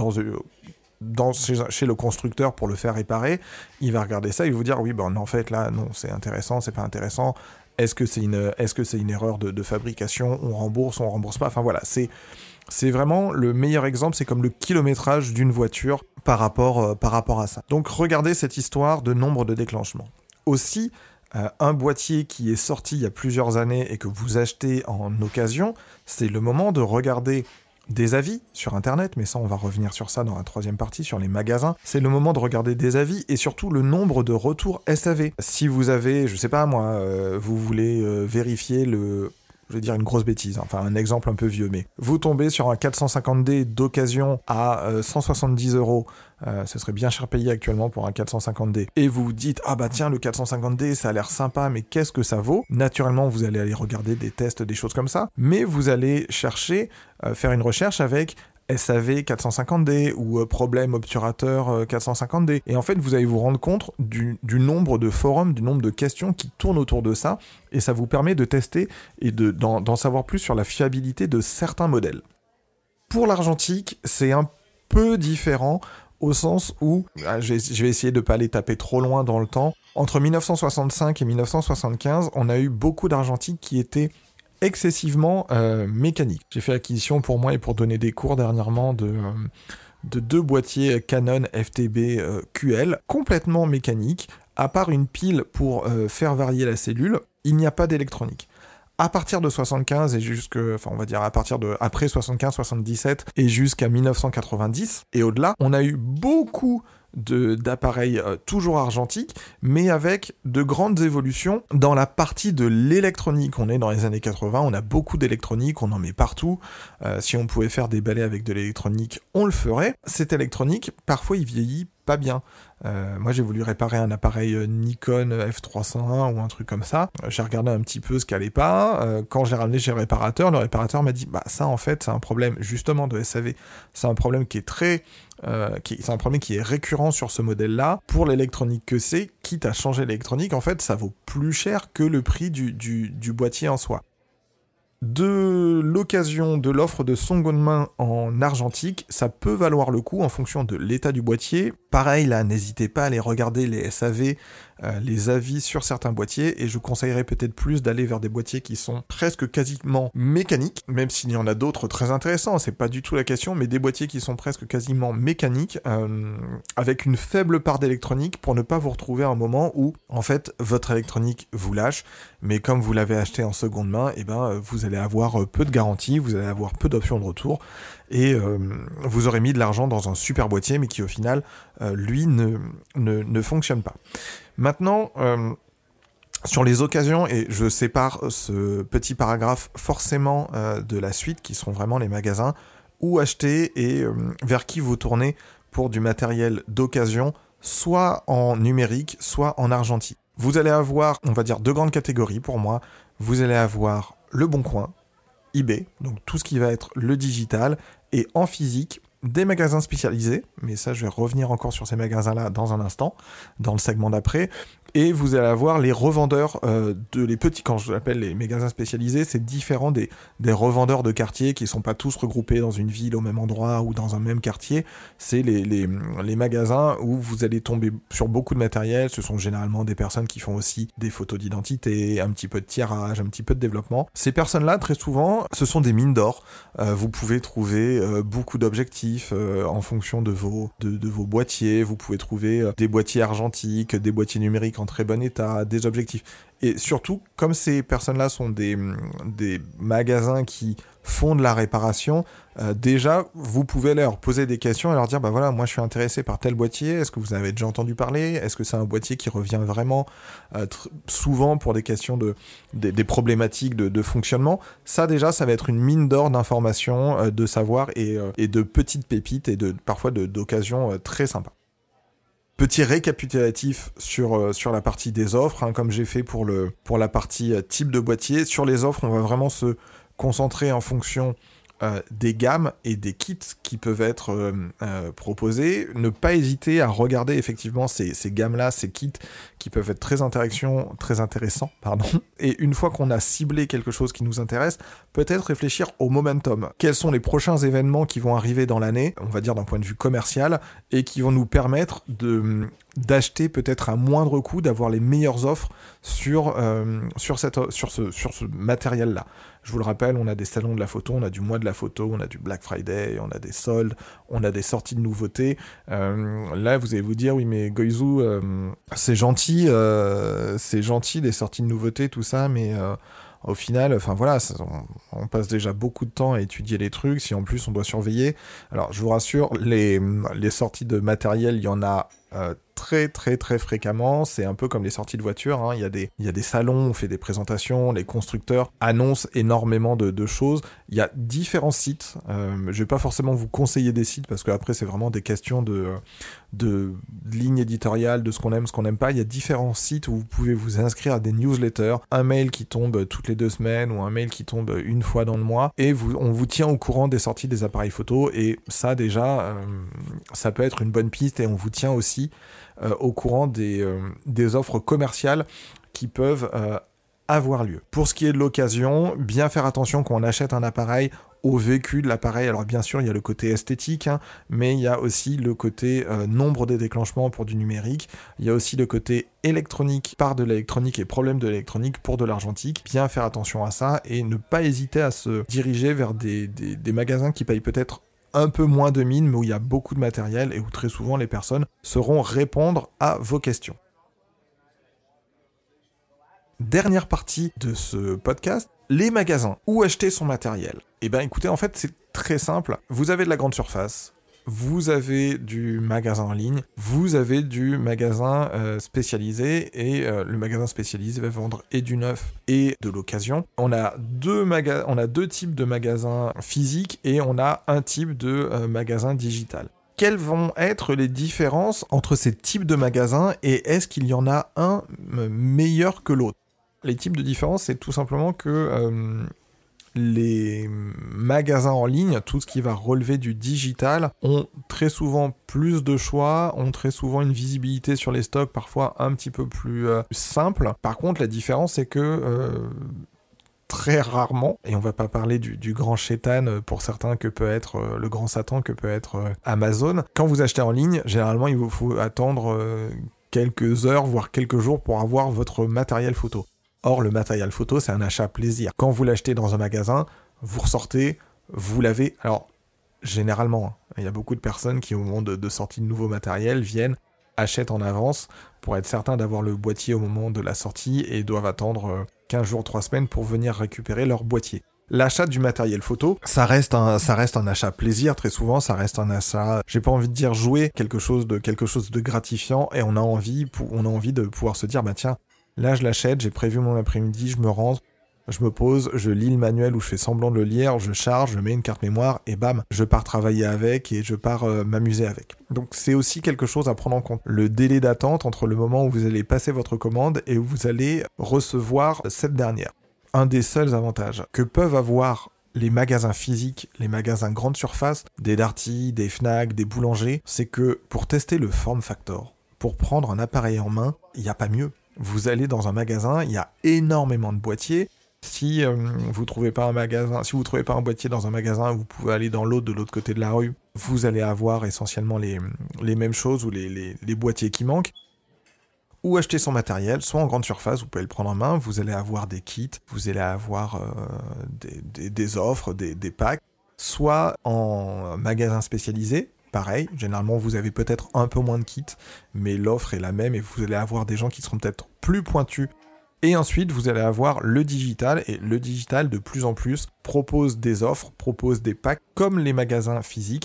chez le constructeur pour le faire réparer, il va regarder ça et vous dire oui, en fait là, non, c'est intéressant, c'est pas intéressant. Est-ce que c'est une erreur de fabrication ? On rembourse pas. Enfin voilà, c'est vraiment le meilleur exemple. C'est comme le kilométrage d'une voiture par rapport à ça. Donc regardez cette histoire de nombre de déclenchements. Aussi, un boîtier qui est sorti il y a plusieurs années et que vous achetez en occasion, c'est le moment de regarder des avis sur internet, mais ça on va revenir sur ça dans la 3e partie, sur les magasins. C'est le moment de regarder des avis et surtout le nombre de retours SAV. Si vous avez, je sais pas moi, vous voulez vérifier je vais dire une grosse bêtise, hein, enfin un exemple un peu vieux, mais vous tombez sur un 450D d'occasion à 170 €, ce serait bien cher payé actuellement pour un 450D, et vous vous dites, ah bah tiens, le 450D, ça a l'air sympa, mais qu'est-ce que ça vaut ? Naturellement, vous allez aller regarder des tests, des choses comme ça, mais vous allez chercher, faire une recherche avec SAV 450D ou problème obturateur 450D. Et en fait, vous allez vous rendre compte du nombre de forums, du nombre de questions qui tournent autour de ça, et ça vous permet de tester et d'en savoir plus sur la fiabilité de certains modèles. Pour l'argentique, c'est un peu différent au sens où, je vais essayer de ne pas les taper trop loin dans le temps, entre 1965 et 1975, on a eu beaucoup d'argentiques qui étaient excessivement mécanique. J'ai fait l'acquisition pour moi et pour donner des cours dernièrement de 2 boîtiers Canon FTB QL, complètement mécaniques, à part une pile pour faire varier la cellule, il n'y a pas d'électronique. À partir de 75 et après 75-77 et jusqu'à 1990 et au-delà, on a eu beaucoup d'appareils toujours argentiques, mais avec de grandes évolutions dans la partie de l'électronique. On est dans les années 80, on a beaucoup d'électronique, on en met partout. Si on pouvait faire des balais avec de l'électronique, on le ferait. Cette électronique, parfois, il vieillit pas bien. Moi, j'ai voulu réparer un appareil Nikon F301 ou un truc comme ça. J'ai regardé un petit peu ce qui allait pas. Quand j'ai ramené chez le réparateur m'a dit ça, en fait, c'est un problème justement de SAV. C'est un problème qui est c'est un problème qui est récurrent sur ce modèle-là. Pour l'électronique que c'est, quitte à changer l'électronique, en fait, ça vaut plus cher que le prix du boîtier en soi. De l'occasion de l'offre de seconde main en argentique, ça peut valoir le coup en fonction de l'état du boîtier. Pareil, là, n'hésitez pas à aller regarder les SAV, les avis sur certains boîtiers, et je conseillerais peut-être plus d'aller vers des boîtiers qui sont presque quasiment mécaniques, même s'il y en a d'autres très intéressants, c'est pas du tout la question, mais des boîtiers qui sont presque quasiment mécaniques, avec une faible part d'électronique, pour ne pas vous retrouver à un moment où, en fait, votre électronique vous lâche, mais comme vous l'avez acheté en seconde main, vous allez avoir peu de garantie, vous allez avoir peu d'options de retour, et vous aurez mis de l'argent dans un super boîtier, mais qui au final, lui, ne fonctionne pas. Maintenant, sur les occasions, et je sépare ce petit paragraphe forcément de la suite, qui seront vraiment les magasins, où acheter et vers qui vous tournez pour du matériel d'occasion, soit en numérique, soit en argentique. Vous allez avoir, on va dire, 2 grandes catégories pour moi. Vous allez avoir Le Bon Coin, eBay, donc tout ce qui va être le digital, et en physique, des magasins spécialisés, mais ça je vais revenir encore sur ces magasins-là dans un instant, dans le segment d'après, et vous allez avoir les revendeurs les petits, quand je l'appelle les magasins spécialisés, c'est différent des revendeurs de quartier qui sont pas tous regroupés dans une ville au même endroit ou dans un même quartier. C'est les magasins où vous allez tomber sur beaucoup de matériel. Ce sont généralement des personnes qui font aussi des photos d'identité, un petit peu de tirage, un petit peu de développement. Ces personnes-là, très souvent, ce sont des mines d'or. Vous pouvez trouver beaucoup d'objectifs en fonction de vos boîtiers. Vous pouvez trouver des boîtiers argentiques, des boîtiers numériques en très bon état, des objectifs. Et surtout, comme ces personnes-là sont des magasins qui font de la réparation, déjà, vous pouvez leur poser des questions et leur dire, bah voilà, moi je suis intéressé par tel boîtier, est-ce que vous avez déjà entendu parler? Est-ce que c'est un boîtier qui revient vraiment souvent pour des questions des problématiques de fonctionnement? Ça déjà, ça va être une mine d'or d'informations, de savoir et de petites pépites et parfois d'occasions très sympas. Petit récapitulatif sur la partie des offres, hein, comme j'ai fait pour la partie type de boîtier. Sur les offres, on va vraiment se concentrer en fonction des gammes et des kits qui peuvent être proposés. Ne pas hésiter à regarder effectivement ces gammes-là, ces kits qui peuvent être très intéressants. Et une fois qu'on a ciblé quelque chose qui nous intéresse, peut-être réfléchir au momentum. Quels sont les prochains événements qui vont arriver dans l'année, on va dire d'un point de vue commercial, et qui vont nous permettre d'acheter peut-être à moindre coût, d'avoir les meilleures offres sur ce matériel-là. Je vous le rappelle, on a des salons de la photo, on a du mois de la photo, on a du Black Friday, on a des soldes, on a des sorties de nouveautés. Là, vous allez vous dire, oui, mais Goizou, c'est gentil les sorties de nouveautés, tout ça, mais au final, enfin voilà, on passe déjà beaucoup de temps à étudier les trucs, si en plus on doit surveiller. Alors, je vous rassure, les sorties de matériel, il y en a très très très fréquemment. C'est un peu comme les sorties de voitures, hein. Il y a des salons, on fait des présentations, les constructeurs annoncent énormément de choses. Il y a différents sites. Je vais pas forcément vous conseiller des sites parce qu'après c'est vraiment des questions de ligne éditoriale, de ce qu'on aime, ce qu'on n'aime pas. Il y a différents sites où vous pouvez vous inscrire à des newsletters, un mail qui tombe toutes les 2 semaines ou un mail qui tombe une fois dans le mois, et on vous tient au courant des sorties des appareils photo, et ça déjà, ça peut être une bonne piste, et on vous tient aussi au courant des offres commerciales qui peuvent avoir lieu. Pour ce qui est de l'occasion, bien faire attention quand on achète un appareil au vécu de l'appareil. Alors bien sûr, il y a le côté esthétique, hein, mais il y a aussi le côté nombre de déclenchements pour du numérique. Il y a aussi le côté électronique, part de l'électronique et problème de l'électronique pour de l'argentique. Bien faire attention à ça et ne pas hésiter à se diriger vers des magasins qui payent peut-être un peu moins de mine, mais où il y a beaucoup de matériel et où très souvent les personnes sauront répondre à vos questions. Dernière partie de ce podcast, les magasins. Où acheter son matériel? Eh bien écoutez, en fait c'est très simple. Vous avez de la grande surface, vous avez du magasin en ligne, vous avez du magasin spécialisé, et le magasin spécialisé va vendre et du neuf et de l'occasion. On a deux types de magasins physiques et on a un type de magasin digital. Quelles vont être les différences entre ces types de magasins et est-ce qu'il y en a un meilleur que l'autre? Les types de différences, c'est tout simplement que les magasins en ligne, tout ce qui va relever du digital, ont très souvent plus de choix, ont très souvent une visibilité sur les stocks parfois un petit peu plus simple. Par contre, la différence, c'est que très rarement, et on va pas parler du grand chétan pour certains que peut être le grand Satan que peut être Amazon. Quand vous achetez en ligne, généralement il vous faut attendre quelques heures voire quelques jours pour avoir votre matériel photo. Or le matériel photo c'est un achat plaisir. Quand vous l'achetez dans un magasin, vous ressortez, vous l'avez. Alors généralement, il y a beaucoup de personnes qui au moment de sortie de nouveau matériel viennent, achètent en avance pour être certain d'avoir le boîtier au moment de la sortie et doivent attendre 15 jours, 3 semaines pour venir récupérer leur boîtier. L'achat du matériel photo, ça reste un achat plaisir très souvent, ça reste un achat, j'ai pas envie de dire jouer, quelque chose de gratifiant, et on a envie de pouvoir se dire, bah tiens, là je l'achète, j'ai prévu mon après-midi, je me rends, je me pose, je lis le manuel ou je fais semblant de le lire, je charge, je mets une carte mémoire et bam, je pars travailler avec et je pars m'amuser avec. Donc c'est aussi quelque chose à prendre en compte. Le délai d'attente entre le moment où vous allez passer votre commande et où vous allez recevoir cette dernière. Un des seuls avantages que peuvent avoir les magasins physiques, les magasins grande surface, des Darty, des Fnac, des boulangers, c'est que pour tester le form factor, pour prendre un appareil en main, il n'y a pas mieux. Vous allez dans un magasin, il y a énormément de boîtiers. Si vous trouvez pas un boîtier dans un magasin, vous pouvez aller dans l'autre, de l'autre côté de la rue. Vous allez avoir essentiellement les mêmes choses ou les boîtiers qui manquent. Ou acheter son matériel, soit en grande surface, vous pouvez le prendre en main, vous allez avoir des kits, vous allez avoir des offres, des packs, soit en magasin spécialisé. Pareil, généralement vous avez peut-être un peu moins de kits, mais l'offre est la même et vous allez avoir des gens qui seront peut-être plus pointus Et ensuite, vous allez avoir le digital, et le digital, de plus en plus, propose des offres, propose des packs, comme les magasins physiques.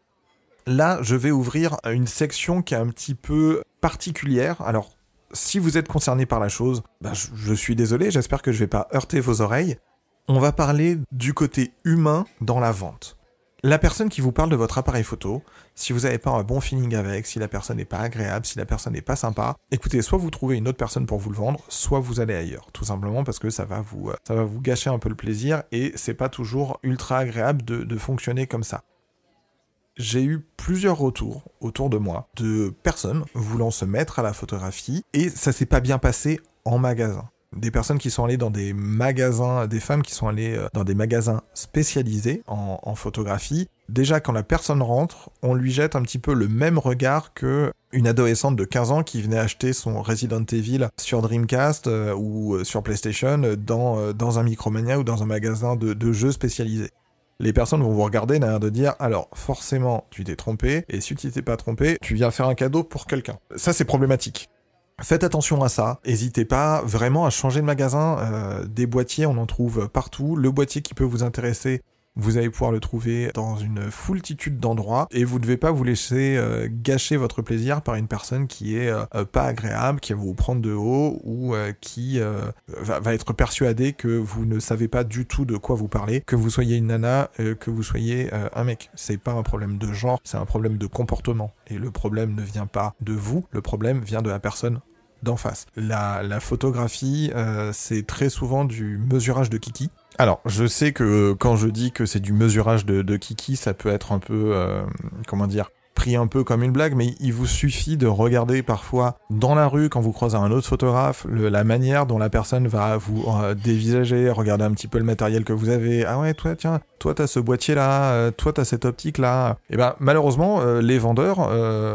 Là, je vais ouvrir une section qui est un petit peu particulière. Alors, si vous êtes concerné par la chose, je suis désolé, j'espère que je ne vais pas heurter vos oreilles. On va parler du côté humain dans la vente. La personne qui vous parle de votre appareil photo, si vous n'avez pas un bon feeling avec, si la personne n'est pas agréable, si la personne n'est pas sympa, écoutez, soit vous trouvez une autre personne pour vous le vendre, soit vous allez ailleurs. Tout simplement parce que ça va vous gâcher un peu le plaisir et c'est pas toujours ultra agréable de fonctionner comme ça. J'ai eu plusieurs retours autour de moi de personnes voulant se mettre à la photographie et ça s'est pas bien passé en magasin. Des personnes qui sont allées dans des magasins, des femmes qui sont allées dans des magasins spécialisés en photographie. Déjà, quand la personne rentre, on lui jette un petit peu le même regard que une adolescente de 15 ans qui venait acheter son Resident Evil sur Dreamcast ou sur PlayStation dans un Micromania ou dans un magasin de jeux spécialisés. Les personnes vont vous regarder derrière de dire « Alors, forcément, tu t'es trompé, et si tu t'es pas trompé, tu viens faire un cadeau pour quelqu'un. » Ça, c'est problématique. Faites attention à ça, n'hésitez pas vraiment à changer de magasin, des boîtiers on en trouve partout, le boîtier qui peut vous intéresser, vous allez pouvoir le trouver dans une foultitude d'endroits, et vous ne devez pas vous laisser gâcher votre plaisir par une personne qui est pas agréable, qui va vous prendre de haut, ou qui va être persuadée que vous ne savez pas du tout de quoi vous parlez, que vous soyez une nana, que vous soyez un mec. C'est pas un problème de genre, c'est un problème de comportement, et le problème ne vient pas de vous, le problème vient de la personne d'en face. La photographie, c'est très souvent du mesurage de kiki. Alors, je sais que quand je dis que c'est du mesurage de kiki, ça peut être un peu, pris un peu comme une blague, mais il vous suffit de regarder parfois dans la rue, quand vous croisez un autre photographe, la manière dont la personne va vous dévisager, regarder un petit peu le matériel que vous avez. Ah ouais, toi t'as ce boîtier-là, toi t'as cette optique-là. Et malheureusement, les vendeurs,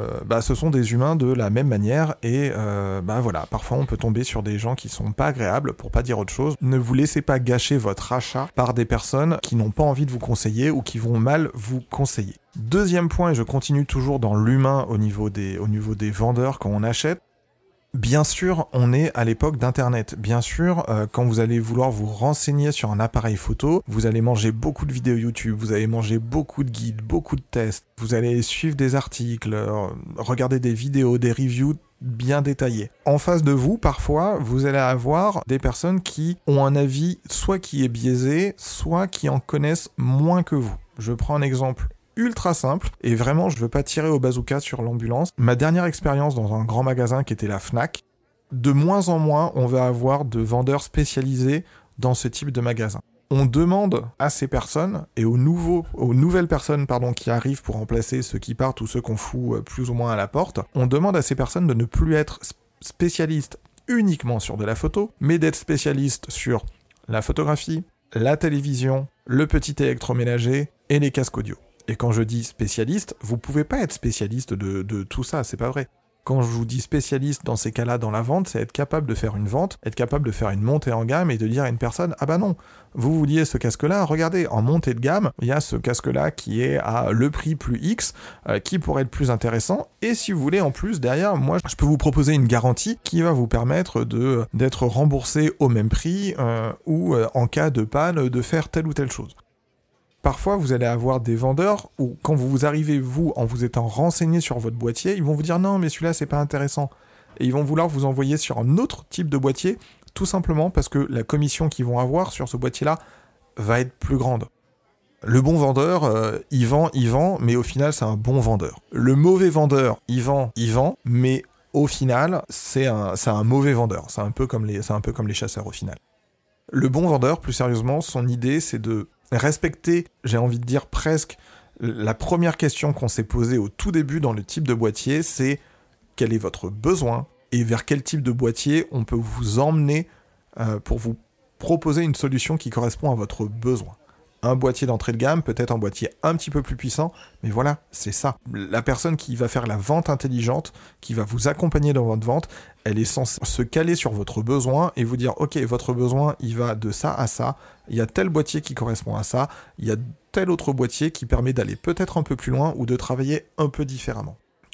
ce sont des humains de la même manière, et voilà, parfois on peut tomber sur des gens qui sont pas agréables, pour pas dire autre chose. Ne vous laissez pas gâcher votre achat par des personnes qui n'ont pas envie de vous conseiller ou qui vont mal vous conseiller. Deuxième point, et je continue toujours dans l'humain au niveau des vendeurs quand on achète. Bien sûr, on est à l'époque d'Internet. Bien sûr, quand vous allez vouloir vous renseigner sur un appareil photo, vous allez manger beaucoup de vidéos YouTube, vous allez manger beaucoup de guides, beaucoup de tests, vous allez suivre des articles, regarder des vidéos, des reviews bien détaillés. En face de vous, parfois, vous allez avoir des personnes qui ont un avis soit qui est biaisé, soit qui en connaissent moins que vous. Je prends un exemple ultra simple, et vraiment je veux pas tirer au bazooka sur l'ambulance. Ma dernière expérience dans un grand magasin qui était la Fnac, de moins en moins on va avoir de vendeurs spécialisés dans ce type de magasin. On demande à ces personnes, et aux nouvelles personnes qui arrivent pour remplacer ceux qui partent ou ceux qu'on fout plus ou moins à la porte, on demande à ces personnes de ne plus être spécialistes uniquement sur de la photo, mais d'être spécialistes sur la photographie, la télévision, le petit électroménager et les casques audio. Et quand je dis spécialiste, vous pouvez pas être spécialiste de tout ça, c'est pas vrai. Quand je vous dis spécialiste dans ces cas-là dans la vente, c'est être capable de faire une vente, être capable de faire une montée en gamme et de dire à une personne « Ah bah non, vous vouliez ce casque-là, regardez, en montée de gamme, il y a ce casque-là qui est à le prix plus X, qui pourrait être plus intéressant, et si vous voulez en plus, derrière, moi je peux vous proposer une garantie qui va vous permettre d'être remboursé au même prix, ou en cas de panne, de faire telle ou telle chose. » Parfois, vous allez avoir des vendeurs où, quand vous arrivez, vous, en vous étant renseigné sur votre boîtier, ils vont vous dire « Non, mais celui-là, c'est pas intéressant. » Et ils vont vouloir vous envoyer sur un autre type de boîtier, tout simplement parce que la commission qu'ils vont avoir sur ce boîtier-là va être plus grande. Le bon vendeur, il vend, mais au final, c'est un bon vendeur. Le mauvais vendeur, il vend, mais au final, c'est un mauvais vendeur. C'est un peu comme les chasseurs, au final. Le bon vendeur, plus sérieusement, son idée, c'est de respecter, j'ai envie de dire presque, la première question qu'on s'est posée au tout début dans le type de boîtier, c'est quel est votre besoin et vers quel type de boîtier on peut vous emmener pour vous proposer une solution qui correspond à votre besoin. Un boîtier d'entrée de gamme, peut-être un boîtier un petit peu plus puissant, mais voilà, c'est ça. La personne qui va faire la vente intelligente, qui va vous accompagner dans votre vente, elle est censée se caler sur votre besoin et vous dire « Ok, votre besoin, il va de ça à ça, il y a tel boîtier qui correspond à ça, il y a tel autre boîtier qui permet d'aller peut-être un peu plus loin ou de travailler un peu différemment. »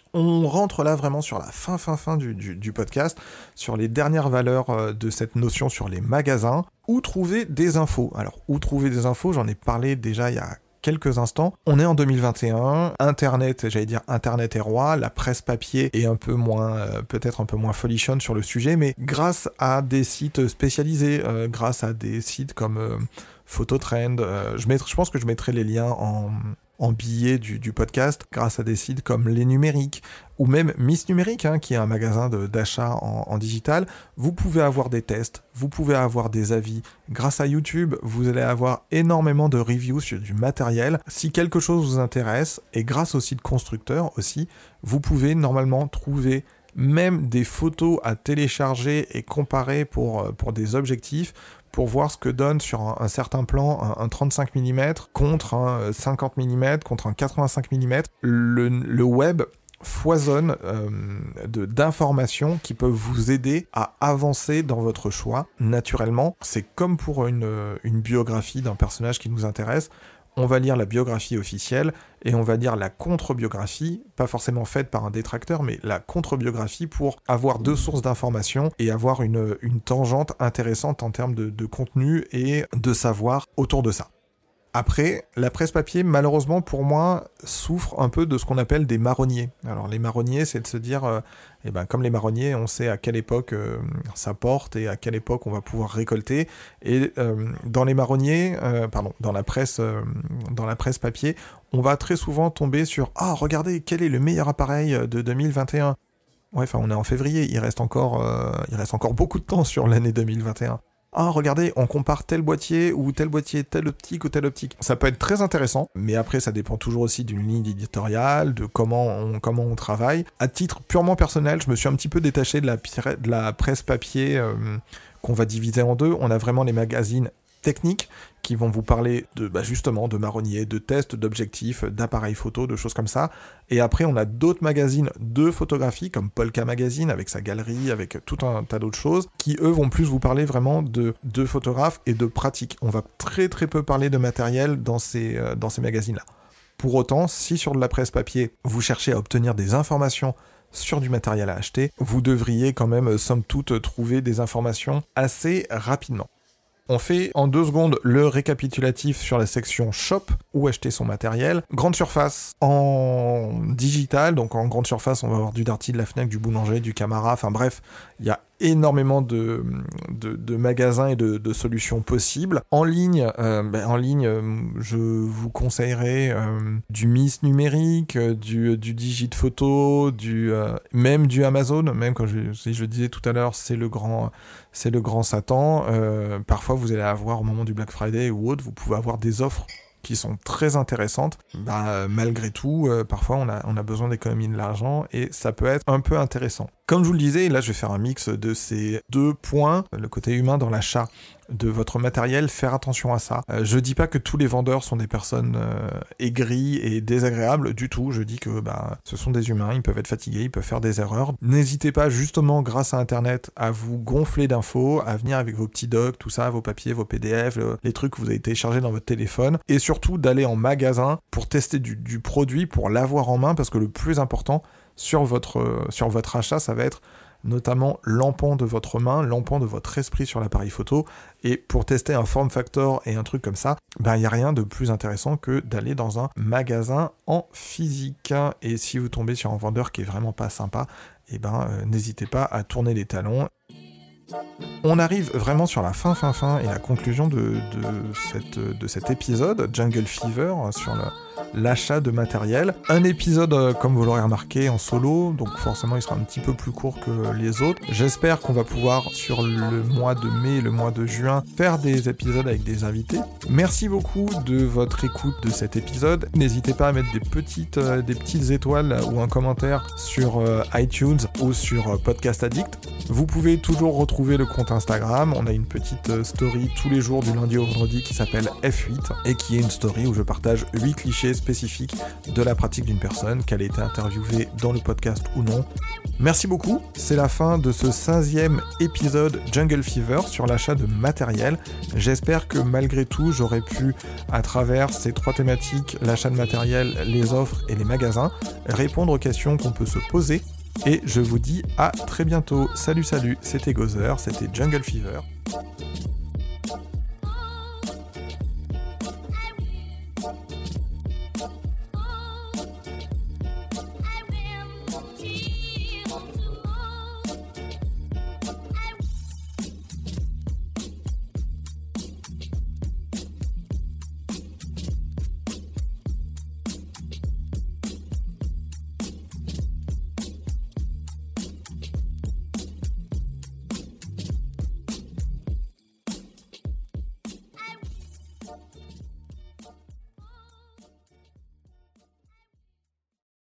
On rentre là vraiment sur la fin du podcast, sur les dernières valeurs de cette notion sur les magasins. Où trouver des infos ? Alors, où trouver des infos ? J'en ai parlé déjà il y a quelques instants. On est en 2021, Internet est roi, la presse papier est peut-être un peu moins folichonne sur le sujet, mais grâce à des sites spécialisés, grâce à des sites comme Phototrend, je pense que je mettrai les liens en billet du podcast, grâce à des sites comme Les Numériques, ou même Miss Numérique, qui est un magasin d'achat en digital, vous pouvez avoir des tests, vous pouvez avoir des avis. Grâce à YouTube, vous allez avoir énormément de reviews sur du matériel. Si quelque chose vous intéresse, et grâce aux sites constructeurs aussi, vous pouvez normalement trouver même des photos à télécharger et comparer pour des objectifs, pour voir ce que donne sur un certain plan un 35 mm contre un 50 mm, contre un 85 mm. Le web foisonne d'informations qui peuvent vous aider à avancer dans votre choix. Naturellement, c'est comme pour une biographie d'un personnage qui nous intéresse. On va lire la biographie officielle et on va lire la contre-biographie, pas forcément faite par un détracteur, mais la contre-biographie pour avoir deux sources d'informations et avoir une tangente intéressante en termes de contenu et de savoir autour de ça. Après, la presse papier, malheureusement pour moi, souffre un peu de ce qu'on appelle des marronniers. Alors les marronniers, c'est de se dire, comme les marronniers, on sait à quelle époque ça porte et à quelle époque on va pouvoir récolter. Et dans les marronniers, dans la presse papier, on va très souvent tomber sur « Ah, regardez, quel est le meilleur appareil de 2021 ?» Ouais, on est en février, il reste encore beaucoup de temps sur l'année 2021. Ah, regardez, on compare tel boîtier, telle optique ou telle optique. Ça peut être très intéressant, mais après, ça dépend toujours aussi d'une ligne éditoriale, de comment on travaille. À titre purement personnel, je me suis un petit peu détaché de la presse papier qu'on va diviser en deux. On a vraiment les magazines techniques qui vont vous parler justement de marronniers, de tests, d'objectifs, d'appareils photo, de choses comme ça. Et après, on a d'autres magazines de photographie, comme Polka Magazine, avec sa galerie, avec tout un tas d'autres choses, qui, eux, vont plus vous parler vraiment de photographes et de pratiques. On va très très peu parler de matériel dans ces magazines-là. Pour autant, si sur de la presse papier, vous cherchez à obtenir des informations sur du matériel à acheter, vous devriez quand même, somme toute, trouver des informations assez rapidement. On fait en 2 secondes le récapitulatif sur la section Shop, où acheter son matériel. Grande surface en digital, donc en grande surface, on va avoir du Darty, de la Fnac, du Boulanger, du Camara, enfin bref, il y a énormément de magasins et de solutions possibles. En ligne, je vous conseillerais du Miss Numérique, du Digit Photo, même du Amazon, même quand je disais tout à l'heure, c'est le grand Satan. Parfois, vous allez avoir au moment du Black Friday ou autre, vous pouvez avoir des offres qui sont très intéressantes. Malgré tout, parfois on a besoin d'économiser de l'argent et ça peut être un peu intéressant. Comme je vous le disais, là je vais faire un mix de ces 2 points, le côté humain dans l'achat de votre matériel, faire attention à ça. Je dis pas que tous les vendeurs sont des personnes aigries et désagréables du tout, je dis que ce sont des humains, ils peuvent être fatigués, ils peuvent faire des erreurs. N'hésitez pas justement grâce à internet à vous gonfler d'infos, à venir avec vos petits docs, tout ça, vos papiers, vos PDF, les trucs que vous avez téléchargés dans votre téléphone, et surtout d'aller en magasin pour tester du produit, pour l'avoir en main, parce que le plus important sur votre achat, ça va être notamment l'empan de votre main, l'empan de votre esprit sur l'appareil photo. Et pour tester un form factor et un truc comme ça, il n'y a rien de plus intéressant que d'aller dans un magasin en physique. Et si vous tombez sur un vendeur qui est vraiment pas sympa, n'hésitez pas à tourner les talons. On arrive vraiment sur la fin et la conclusion de cet épisode, Jungle Fever, sur l'achat de matériel. Un épisode, comme vous l'aurez remarqué, en solo, donc forcément il sera un petit peu plus court que les autres. J'espère qu'on va pouvoir, sur le mois de mai et le mois de juin, faire des épisodes avec des invités. Merci beaucoup de votre écoute de cet épisode. N'hésitez pas à mettre des petites étoiles ou un commentaire sur iTunes ou sur Podcast Addict. Vous pouvez toujours retrouver le compte Instagram, on a une petite story tous les jours du lundi au vendredi qui s'appelle F8 et qui est une story où je partage 8 clichés spécifiques de la pratique d'une personne, qu'elle ait été interviewée dans le podcast ou non. Merci beaucoup, c'est la fin de ce 15e épisode Jungle Fever sur l'achat de matériel. J'espère que malgré tout, j'aurai pu, à travers ces 3 thématiques, l'achat de matériel, les offres et les magasins, répondre aux questions qu'on peut se poser. Et je vous dis à très bientôt. Salut, c'était Gozer, c'était Jungle Fever.